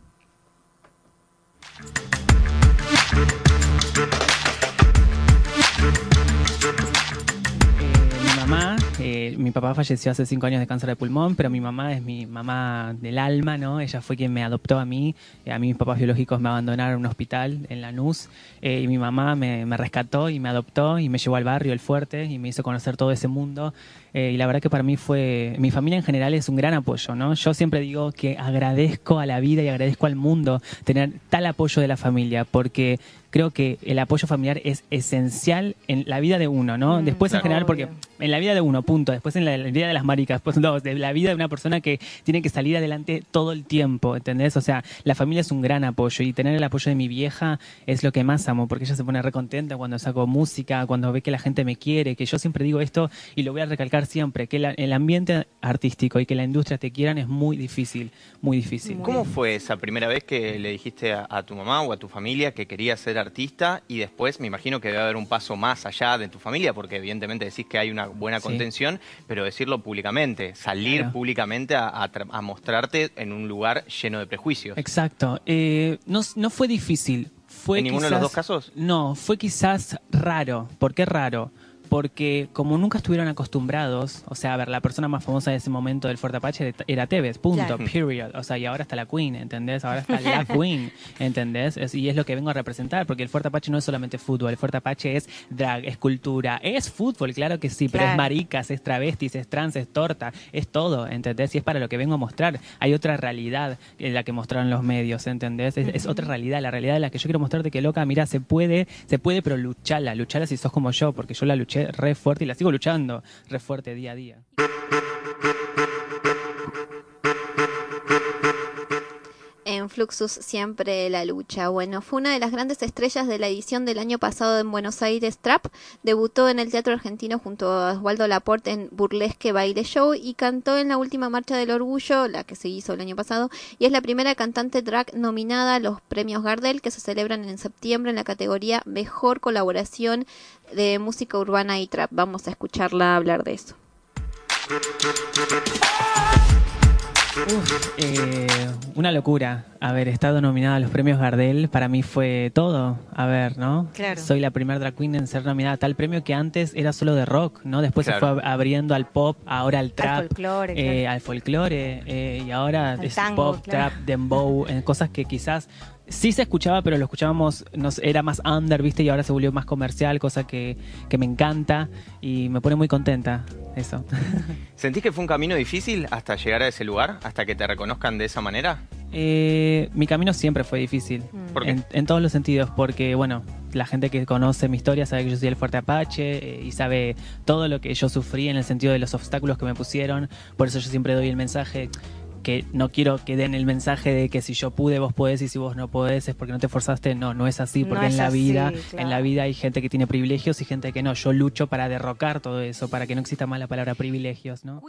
Mamá, eh, mi papá falleció hace cinco años de cáncer de pulmón, pero mi mamá es mi mamá del alma, ¿no? Ella fue quien me adoptó a mí. Eh, a mí mis papás biológicos me abandonaron en un hospital en Lanús eh, y mi mamá me, me rescató y me adoptó y me llevó al barrio El Fuerte y me hizo conocer todo ese mundo. Eh, y la verdad que para mí fue, mi familia en general es un gran apoyo, ¿no? Yo siempre digo que agradezco a la vida y agradezco al mundo tener tal apoyo de la familia, porque creo que el apoyo familiar es esencial en la vida de uno, ¿no?
Mm,
Después en
claro,
general,
obvio.
porque en la vida de uno, punto. Después en la, la vida de las maricas, pues dos, de la vida de una persona que tiene que salir adelante todo el tiempo, ¿entendés? O sea, la familia es un gran apoyo y tener el apoyo de mi vieja es lo que más amo, porque ella se pone re contenta cuando saco música, cuando ve que la gente me quiere, que yo siempre digo esto y lo voy a recalcar siempre, que la, el ambiente artístico y que la industria te quieran es muy difícil, muy difícil.
¿Cómo fue esa primera vez que le dijiste a, a tu mamá o a tu familia que querías ser artista y después me imagino que debe haber un paso más allá de tu familia porque evidentemente decís que hay una buena contención, sí, pero decirlo públicamente, salir claro. públicamente a, a, a mostrarte en un lugar lleno de prejuicios?
Exacto. Eh, no, no fue difícil. Fue
¿En ninguno
quizás,
de los dos casos?
No, fue quizás raro. ¿Por qué raro? Porque como nunca estuvieron acostumbrados, o sea, a ver, la persona más famosa de ese momento del Fuerte Apache era Tevez, punto, claro. period. O sea, y ahora está la Queen, ¿entendés? Ahora está la Queen, ¿entendés? Es, y es lo que vengo a representar, porque el Fuerte Apache no es solamente fútbol, el Fuerte Apache es drag, es cultura, es fútbol, claro que sí, pero claro. es maricas, es travestis, es trans, es torta, es todo, ¿entendés? Y es para lo que vengo a mostrar. Hay otra realidad en la que mostraron los medios, ¿entendés? Es, uh-huh. es otra realidad, la realidad de la que yo quiero mostrarte que, loca, mira, se puede, se puede, pero luchala, luchala si sos como yo, porque yo la luché re fuerte y la sigo luchando re fuerte día a día.
En Fluxus siempre la lucha. Bueno, fue una de las grandes estrellas de la edición del año pasado en Buenos Aires Trap. Debutó en el Teatro Argentino junto a Osvaldo Laporte en Burlesque Baile Show y cantó en la última Marcha del Orgullo, la que se hizo el año pasado, y es la primera cantante drag nominada a los premios Gardel que se celebran en septiembre en la categoría Mejor Colaboración de Música Urbana y Trap. Vamos a escucharla hablar de eso.
Uf, eh, una locura haber estado nominada a los premios Gardel. Para mí fue todo. A ver, ¿no? Claro. Soy la primera drag queen en ser nominada a tal premio que antes era solo de rock, ¿no? Después claro. se fue abriendo al pop, ahora al trap, al folclore, eh, claro. al folclore eh, y ahora al es tango, pop, claro. trap, dembow, eh, cosas que quizás sí se escuchaba, pero lo escuchábamos, nos, era más under, ¿viste? Y ahora se volvió más comercial, cosa que, que me encanta y me pone muy contenta eso.
¿Sentís que fue un camino difícil hasta llegar a ese lugar? ¿Hasta que te reconozcan de esa manera?
Eh, mi camino siempre fue difícil.
¿Por qué?
En, en todos los sentidos, porque, bueno, la gente que conoce mi historia sabe que yo soy el Fuerte Apache eh, y sabe todo lo que yo sufrí en el sentido de los obstáculos que me pusieron. Por eso yo siempre doy el mensaje que no quiero que den el mensaje de que si yo pude, vos podés, y si vos no podés es porque no te esforzaste. No, no es así, porque no en la así, vida, claro. en la vida hay gente que tiene privilegios y gente que no. Yo lucho para derrocar todo eso, para que no exista más la palabra privilegios, ¿no?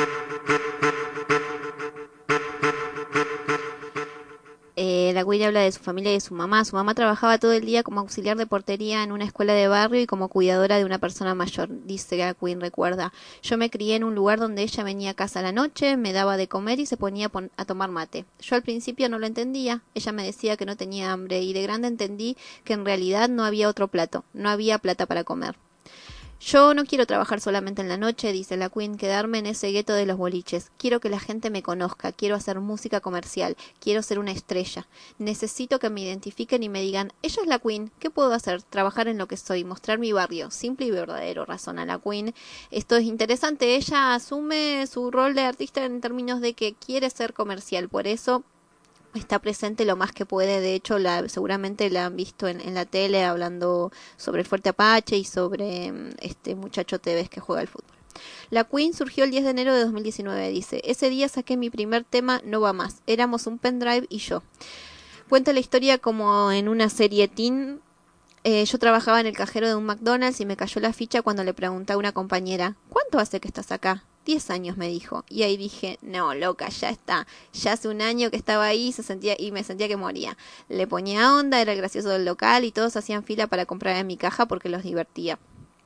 Eh, la Queen habla de su familia y de su mamá. Su mamá trabajaba todo el día como auxiliar de portería en una escuela de barrio y como cuidadora de una persona mayor. Dice la Queen, recuerda: yo me crié en un lugar donde ella venía a casa a la noche, me daba de comer y se ponía a, pon- a tomar mate. Yo al principio no lo entendía. Ella me decía que no tenía hambre y de grande entendí que en realidad no había otro plato, no había plata para comer. Yo no quiero trabajar solamente en la noche, dice la Queen, quedarme en ese gueto de los boliches. Quiero que la gente me conozca, quiero hacer música comercial, quiero ser una estrella. Necesito que me identifiquen y me digan: ella es la Queen, ¿qué puedo hacer? Trabajar en lo que soy, mostrar mi barrio. Simple y verdadero, razona la Queen. Esto es interesante, ella asume su rol de artista en términos de que quiere ser comercial, por eso está presente lo más que puede. De hecho, la, seguramente la han visto en, en la tele hablando sobre el Fuerte Apache y sobre este muchacho Tevez que juega al fútbol. La Queen surgió el diez de enero de dos mil diecinueve, dice: ese día saqué mi primer tema, No Va Más. Éramos un pendrive y yo. Cuenta la historia como en una serie teen. Eh, yo trabajaba en el cajero de un McDonald's y me cayó la ficha cuando le pregunté a una compañera: ¿cuánto hace que estás acá? Diez años, me dijo. Y ahí dije: no, loca, ya está. Ya hace un año que estaba ahí se sentía, y me sentía que moría. Le ponía onda, era el gracioso del local y todos hacían fila para comprar en mi caja porque los divertía.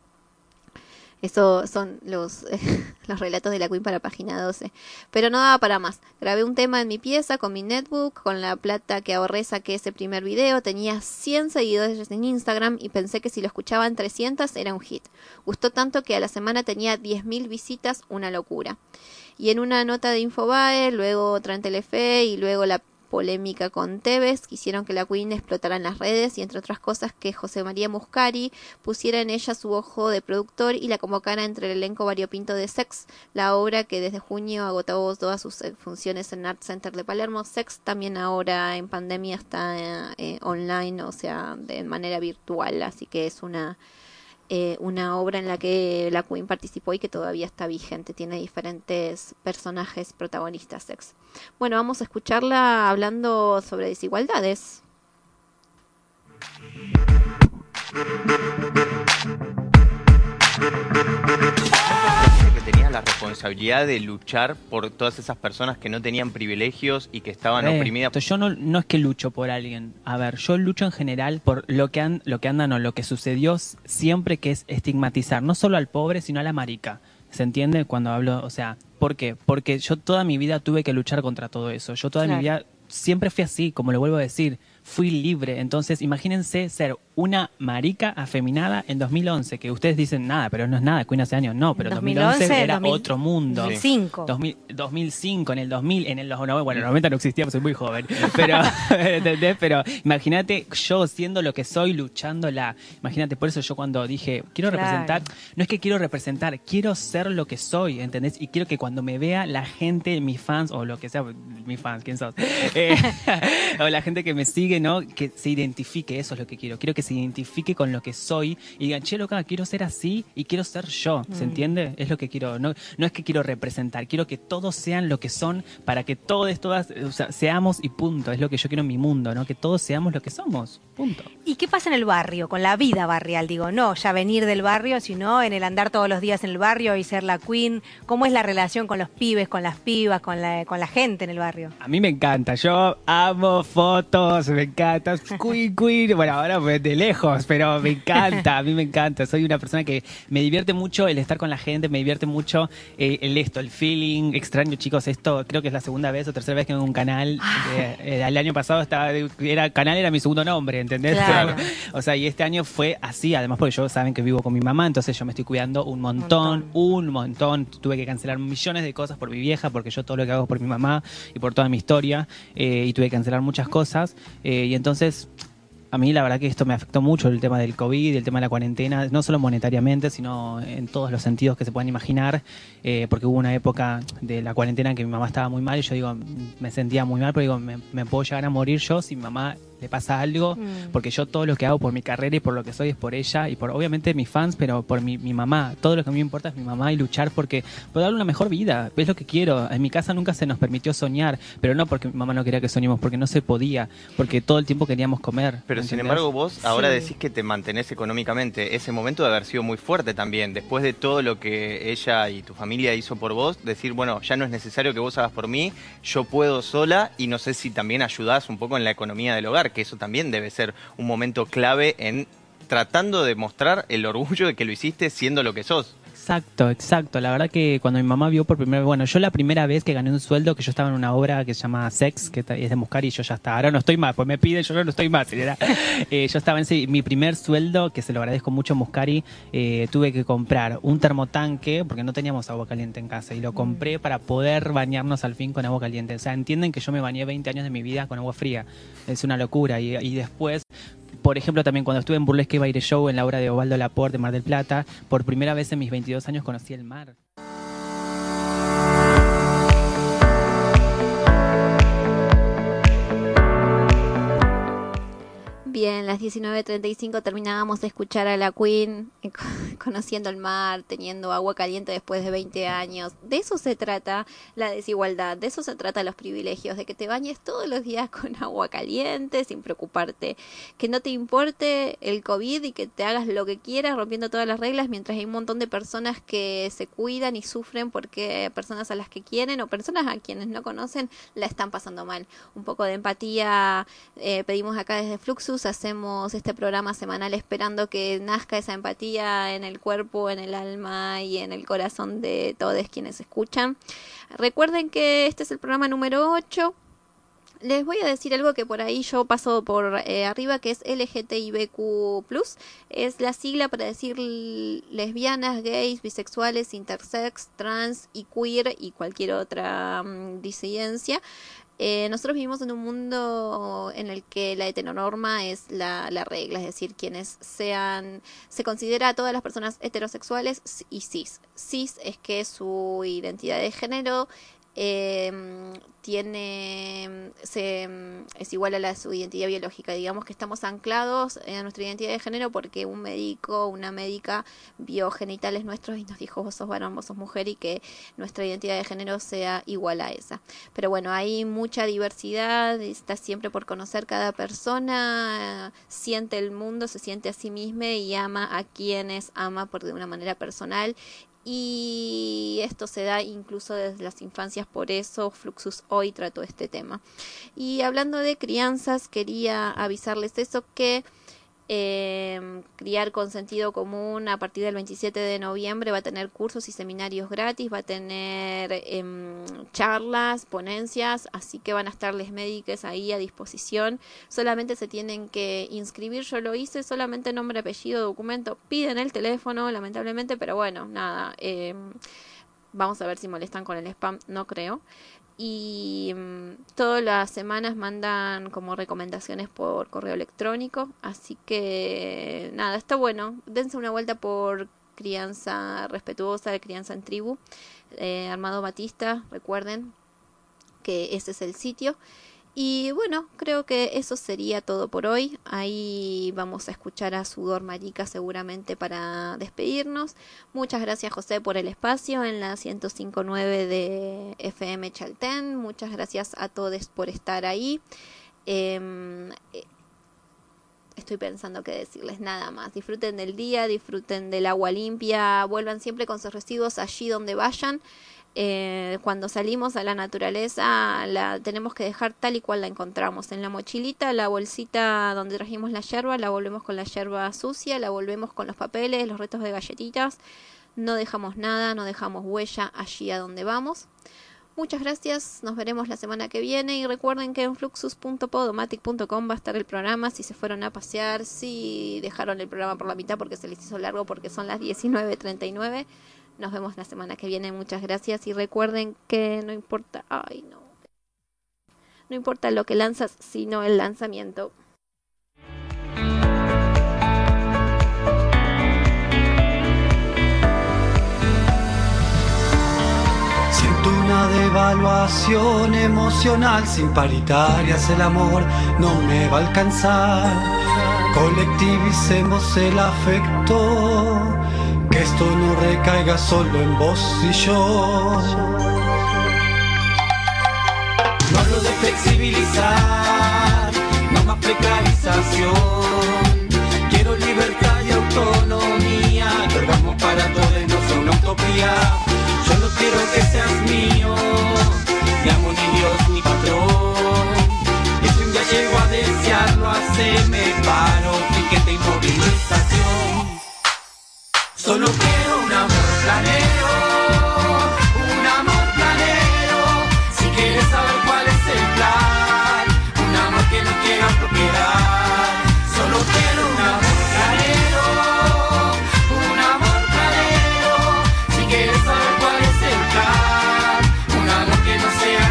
Eso son los, eh, los relatos de la Queen para página doce. Pero no daba para más. Grabé un tema en mi pieza con mi netbook, con la plata que ahorré saqué ese primer video. Tenía cien seguidores en Instagram y pensé que si lo escuchaban trescientos era un hit. Gustó tanto que a la semana tenía diez mil visitas, una locura. Y en una nota de Infobae, luego otra en Telefe y luego la polémica con Tevez, quisieron que la Queen explotara en las redes y entre otras cosas que José María Muscari pusiera en ella su ojo de productor y la convocara entre el elenco variopinto de Sex, la obra que desde junio agotó todas sus funciones en Art Center de Palermo. Sex también ahora en pandemia está eh, online, o sea, de manera virtual, así que es una... Eh, una obra en la que la Queen participó y que todavía está vigente, tiene diferentes personajes protagonistas Sex. Bueno, vamos a escucharla hablando sobre desigualdades.
Que tenías la responsabilidad de luchar por todas esas personas que no tenían privilegios y que estaban
Eh,
oprimidas.
Yo no, no es que lucho por alguien. A ver, yo lucho en general por lo que, han, lo que andan o lo que sucedió siempre, que es estigmatizar no solo al pobre, sino a la marica. ¿Se entiende cuando hablo? O sea, ¿por qué? Porque yo toda mi vida tuve que luchar contra todo eso. Yo toda
Claro.
mi vida siempre fui así, como lo vuelvo a decir. Fui libre. Entonces, imagínense ser una marica afeminada en dos mil once, que ustedes dicen nada, pero no es nada, Queen hace años, no, pero en dos mil once era
dos mil
otro mundo.
dos mil cinco.
dos mil, dos mil cinco, en el dos mil, en el los noventa, bueno, en el noventa no existía, pues soy muy joven, pero, ¿entendés? Pero imagínate yo siendo lo que soy, luchándola. Imagínate, por eso yo cuando dije, quiero
Claro.
representar, no es que quiero representar, quiero ser lo que soy, ¿entendés? Y quiero que cuando me vea la gente, mis fans, o lo que sea, mis fans, ¿quién sos? Eh, o la gente que me sigue, ¿no? Que se identifique, eso es lo que quiero. Quiero que se identifique con lo que soy y digan, che, loca, quiero ser así y quiero ser yo, ¿se
Mm.
entiende? Es lo que quiero. No, no es que quiero representar, quiero que todos sean lo que son para que todos, todas, o sea, seamos y punto. Es lo que yo quiero en mi mundo, ¿no? Que todos seamos lo que somos, punto.
¿Y qué pasa en el barrio, con la vida barrial? Digo, no ya venir del barrio, sino en el andar todos los días en el barrio y ser la Queen. ¿Cómo es la relación con los pibes, con las pibas, con la, con la gente en el barrio?
A mí me encanta, yo amo fotos, me encanta, queen, queen, bueno, ahora pues de lejos, pero me encanta, a mí me encanta, soy una persona que me divierte mucho el estar con la gente, me divierte mucho eh, el esto, el feeling, extraño chicos, esto creo que es la segunda vez o tercera vez que vengo a un canal, eh, eh, el año pasado estaba, era canal era mi segundo nombre, ¿entendés?
Claro.
O sea, y este año fue así, además porque yo saben que vivo con mi mamá, entonces yo me estoy cuidando un montón, un montón, tuve que cancelar millones de cosas por mi vieja, porque yo todo lo que hago es por mi mamá y por toda mi historia, eh, y tuve que cancelar muchas cosas, eh, y entonces a mí la verdad que esto me afectó mucho, el tema del COVID, el tema de la cuarentena, no solo monetariamente, sino en todos los sentidos que se puedan imaginar, eh, porque hubo una época de la cuarentena en que mi mamá estaba muy mal y yo digo, me sentía muy mal, pero digo, me, me puedo llegar a morir yo si mi mamá le pasa algo,
Mm.
porque yo todo lo que hago por mi carrera y por lo que soy es por ella y por obviamente mis fans, pero por mi, mi mamá, todo lo que a mí me importa es mi mamá y luchar porque por darle una mejor vida, es lo que quiero. En mi casa nunca se nos permitió soñar, pero no porque mi mamá no quería que soñemos, porque no se podía, porque todo el tiempo queríamos comer.
Pero sin
¿entendés?
embargo vos ahora
Sí.
decís que te mantenés económicamente. Ese momento de haber sido muy fuerte también. Después de todo lo que ella y tu familia hizo por vos, decir, bueno, ya no es necesario que vos hagas por mí, yo puedo sola y no sé si también ayudás un poco en la economía del hogar, que eso también debe ser un momento clave en tratando de mostrar el orgullo de que lo hiciste siendo lo que sos.
Exacto, exacto. La verdad que cuando mi mamá vio por primera vez, bueno, yo la primera vez que gané un sueldo, que yo estaba en una obra que se llama Sex, que es de Muscari, y yo ya estaba, ahora no estoy más, pues me piden, yo no estoy más. Era, eh, yo estaba en ese, mi primer sueldo, que se lo agradezco mucho a Muscari, eh, tuve que comprar un termotanque, porque no teníamos agua caliente en casa, y lo compré para poder bañarnos al fin con agua caliente. O sea, entienden que yo me bañé veinte años de mi vida con agua fría. Es una locura. Y, y después... Por ejemplo, también cuando estuve en Burlesque Baile Show en la obra de Osvaldo Laporte de Mar del Plata, por primera vez en mis veintidós años conocí el mar.
Bien, las diecinueve treinta y cinco terminábamos de escuchar a la Queen eh, conociendo el mar, teniendo agua caliente después de veinte años. De eso se trata la desigualdad, de eso se trata los privilegios, de que te bañes todos los días con agua caliente sin preocuparte, que no te importe el COVID y que te hagas lo que quieras rompiendo todas las reglas, mientras hay un montón de personas que se cuidan y sufren porque personas a las que quieren o personas a quienes no conocen la están pasando mal. Un poco de empatía eh, pedimos acá desde Fluxus. Hacemos este programa semanal esperando que nazca esa empatía en el cuerpo, en el alma y en el corazón de todos quienes escuchan. Recuerden que este es el programa número ocho. Les voy a decir algo que por ahí yo paso por eh, arriba, que es L G T I B Q plus. Es la sigla para decir lesbianas, gays, bisexuales, intersex, trans y queer y cualquier otra um, disidencia. Eh, nosotros vivimos en un mundo en el que la heteronorma es la, la regla, es decir, quienes sean, se considera a todas las personas heterosexuales y cis. Cis es que su identidad de género eh, tiene se, es igual a la su identidad biológica. Digamos que estamos anclados a nuestra identidad de género porque un médico, una médica vio genitales nuestros y nos dijo vos sos varón, vos sos mujer, y que nuestra identidad de género sea igual a esa. Pero bueno, hay mucha diversidad, está siempre por conocer cada persona, siente el mundo, se siente a sí misma y ama a quienes ama por de una manera personal. Y esto se da incluso desde las infancias, por eso Fluxus hoy trató este tema. Y hablando de crianzas, quería avisarles eso, que eh, Criar con Sentido Común a partir del veintisiete de noviembre va a tener cursos y seminarios gratis, va a tener eh, charlas, ponencias, así que van a estar les médicos ahí a disposición. Solamente se tienen que inscribir, yo lo hice, solamente nombre, apellido, documento, piden el teléfono, lamentablemente, pero bueno, nada, eh, vamos a ver si molestan con el spam, no creo. Y um, todas las semanas mandan como recomendaciones por correo electrónico, así que nada, está bueno, dense una vuelta por Crianza Respetuosa, de Crianza en Tribu, eh, Armando Batista, recuerden que ese es el sitio. Y bueno, creo que eso sería todo por hoy. Ahí vamos a escuchar a Sudor Marica seguramente para despedirnos. Muchas gracias, José, por el espacio en la ciento cinco punto nueve de F M Chaltén. Muchas gracias a todos por estar ahí. Eh, Estoy pensando qué decirles, nada más. Disfruten del día, disfruten del agua limpia, vuelvan siempre con sus residuos allí donde vayan. Eh, cuando salimos a la naturaleza la tenemos que dejar tal y cual la encontramos. En la mochilita, la bolsita donde trajimos la yerba, la volvemos con la yerba sucia, la volvemos con los papeles, los restos de galletitas. No dejamos nada, no dejamos huella allí a donde vamos. Muchas gracias, nos veremos la semana que viene y recuerden que en fluxus punto podomatic punto com va a estar el programa si se fueron a pasear, si dejaron el programa por la mitad porque se les hizo largo porque son las diecinueve treinta y nueve. Nos vemos la semana que viene, muchas gracias y recuerden que no importa, ay no, no importa lo que lanzas, sino el lanzamiento.
Siento una devaluación emocional, sin paritarias el amor no me va a alcanzar. Colectivicemos el afecto, que esto no recaiga solo en vos y yo. No hablo de flexibilizar, no más precarización. Quiero libertad y autonomía, que orgasmos para todos no son una utopía. Yo no quiero que seas mío, ni amo ni Dios ni patrón. Y si un día llego a desearlo, haceme paro, piquete y movilización. Solo quiero un amor planero, un amor planero. Si quieres saber cuál es el plan, un amor que no quiera propiedad. Solo quiero un amor planero, un amor planero. Si quieres saber cuál es el plan, un amor que no sea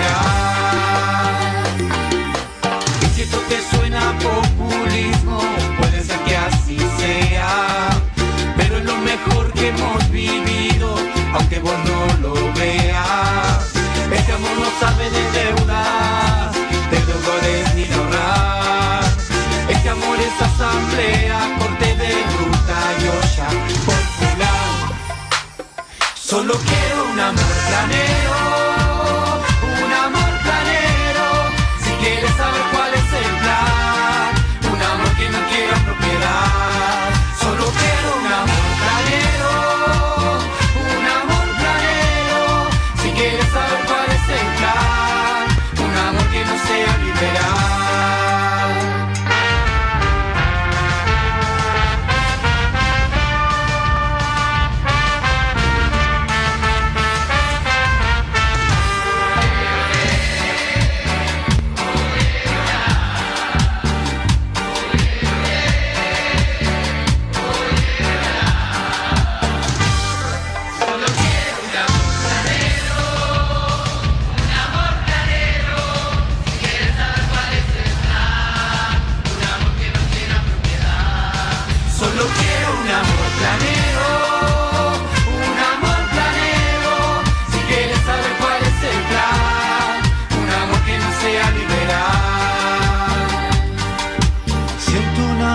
liberal. Y si esto te suena a populismo, puede ser que así sea, pero es lo mejor que hemos vivido, aunque vos no lo veas. Este amor no sabe de deudas, de deudores ni de ahorrar. Este amor es asamblea, corte de ruta y olla popular. Solo quiero un amor planero, un amor planero. Si quieres saber cuál es el plan, un amor que no quiera propiedad. Solo quiero un amor planero, un amor planero. Si quieres saber cuál es el plan, un amor que no sea liberal.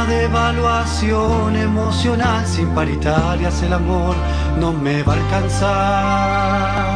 devaluación emocional, sin paritarias el amor no me va a alcanzar.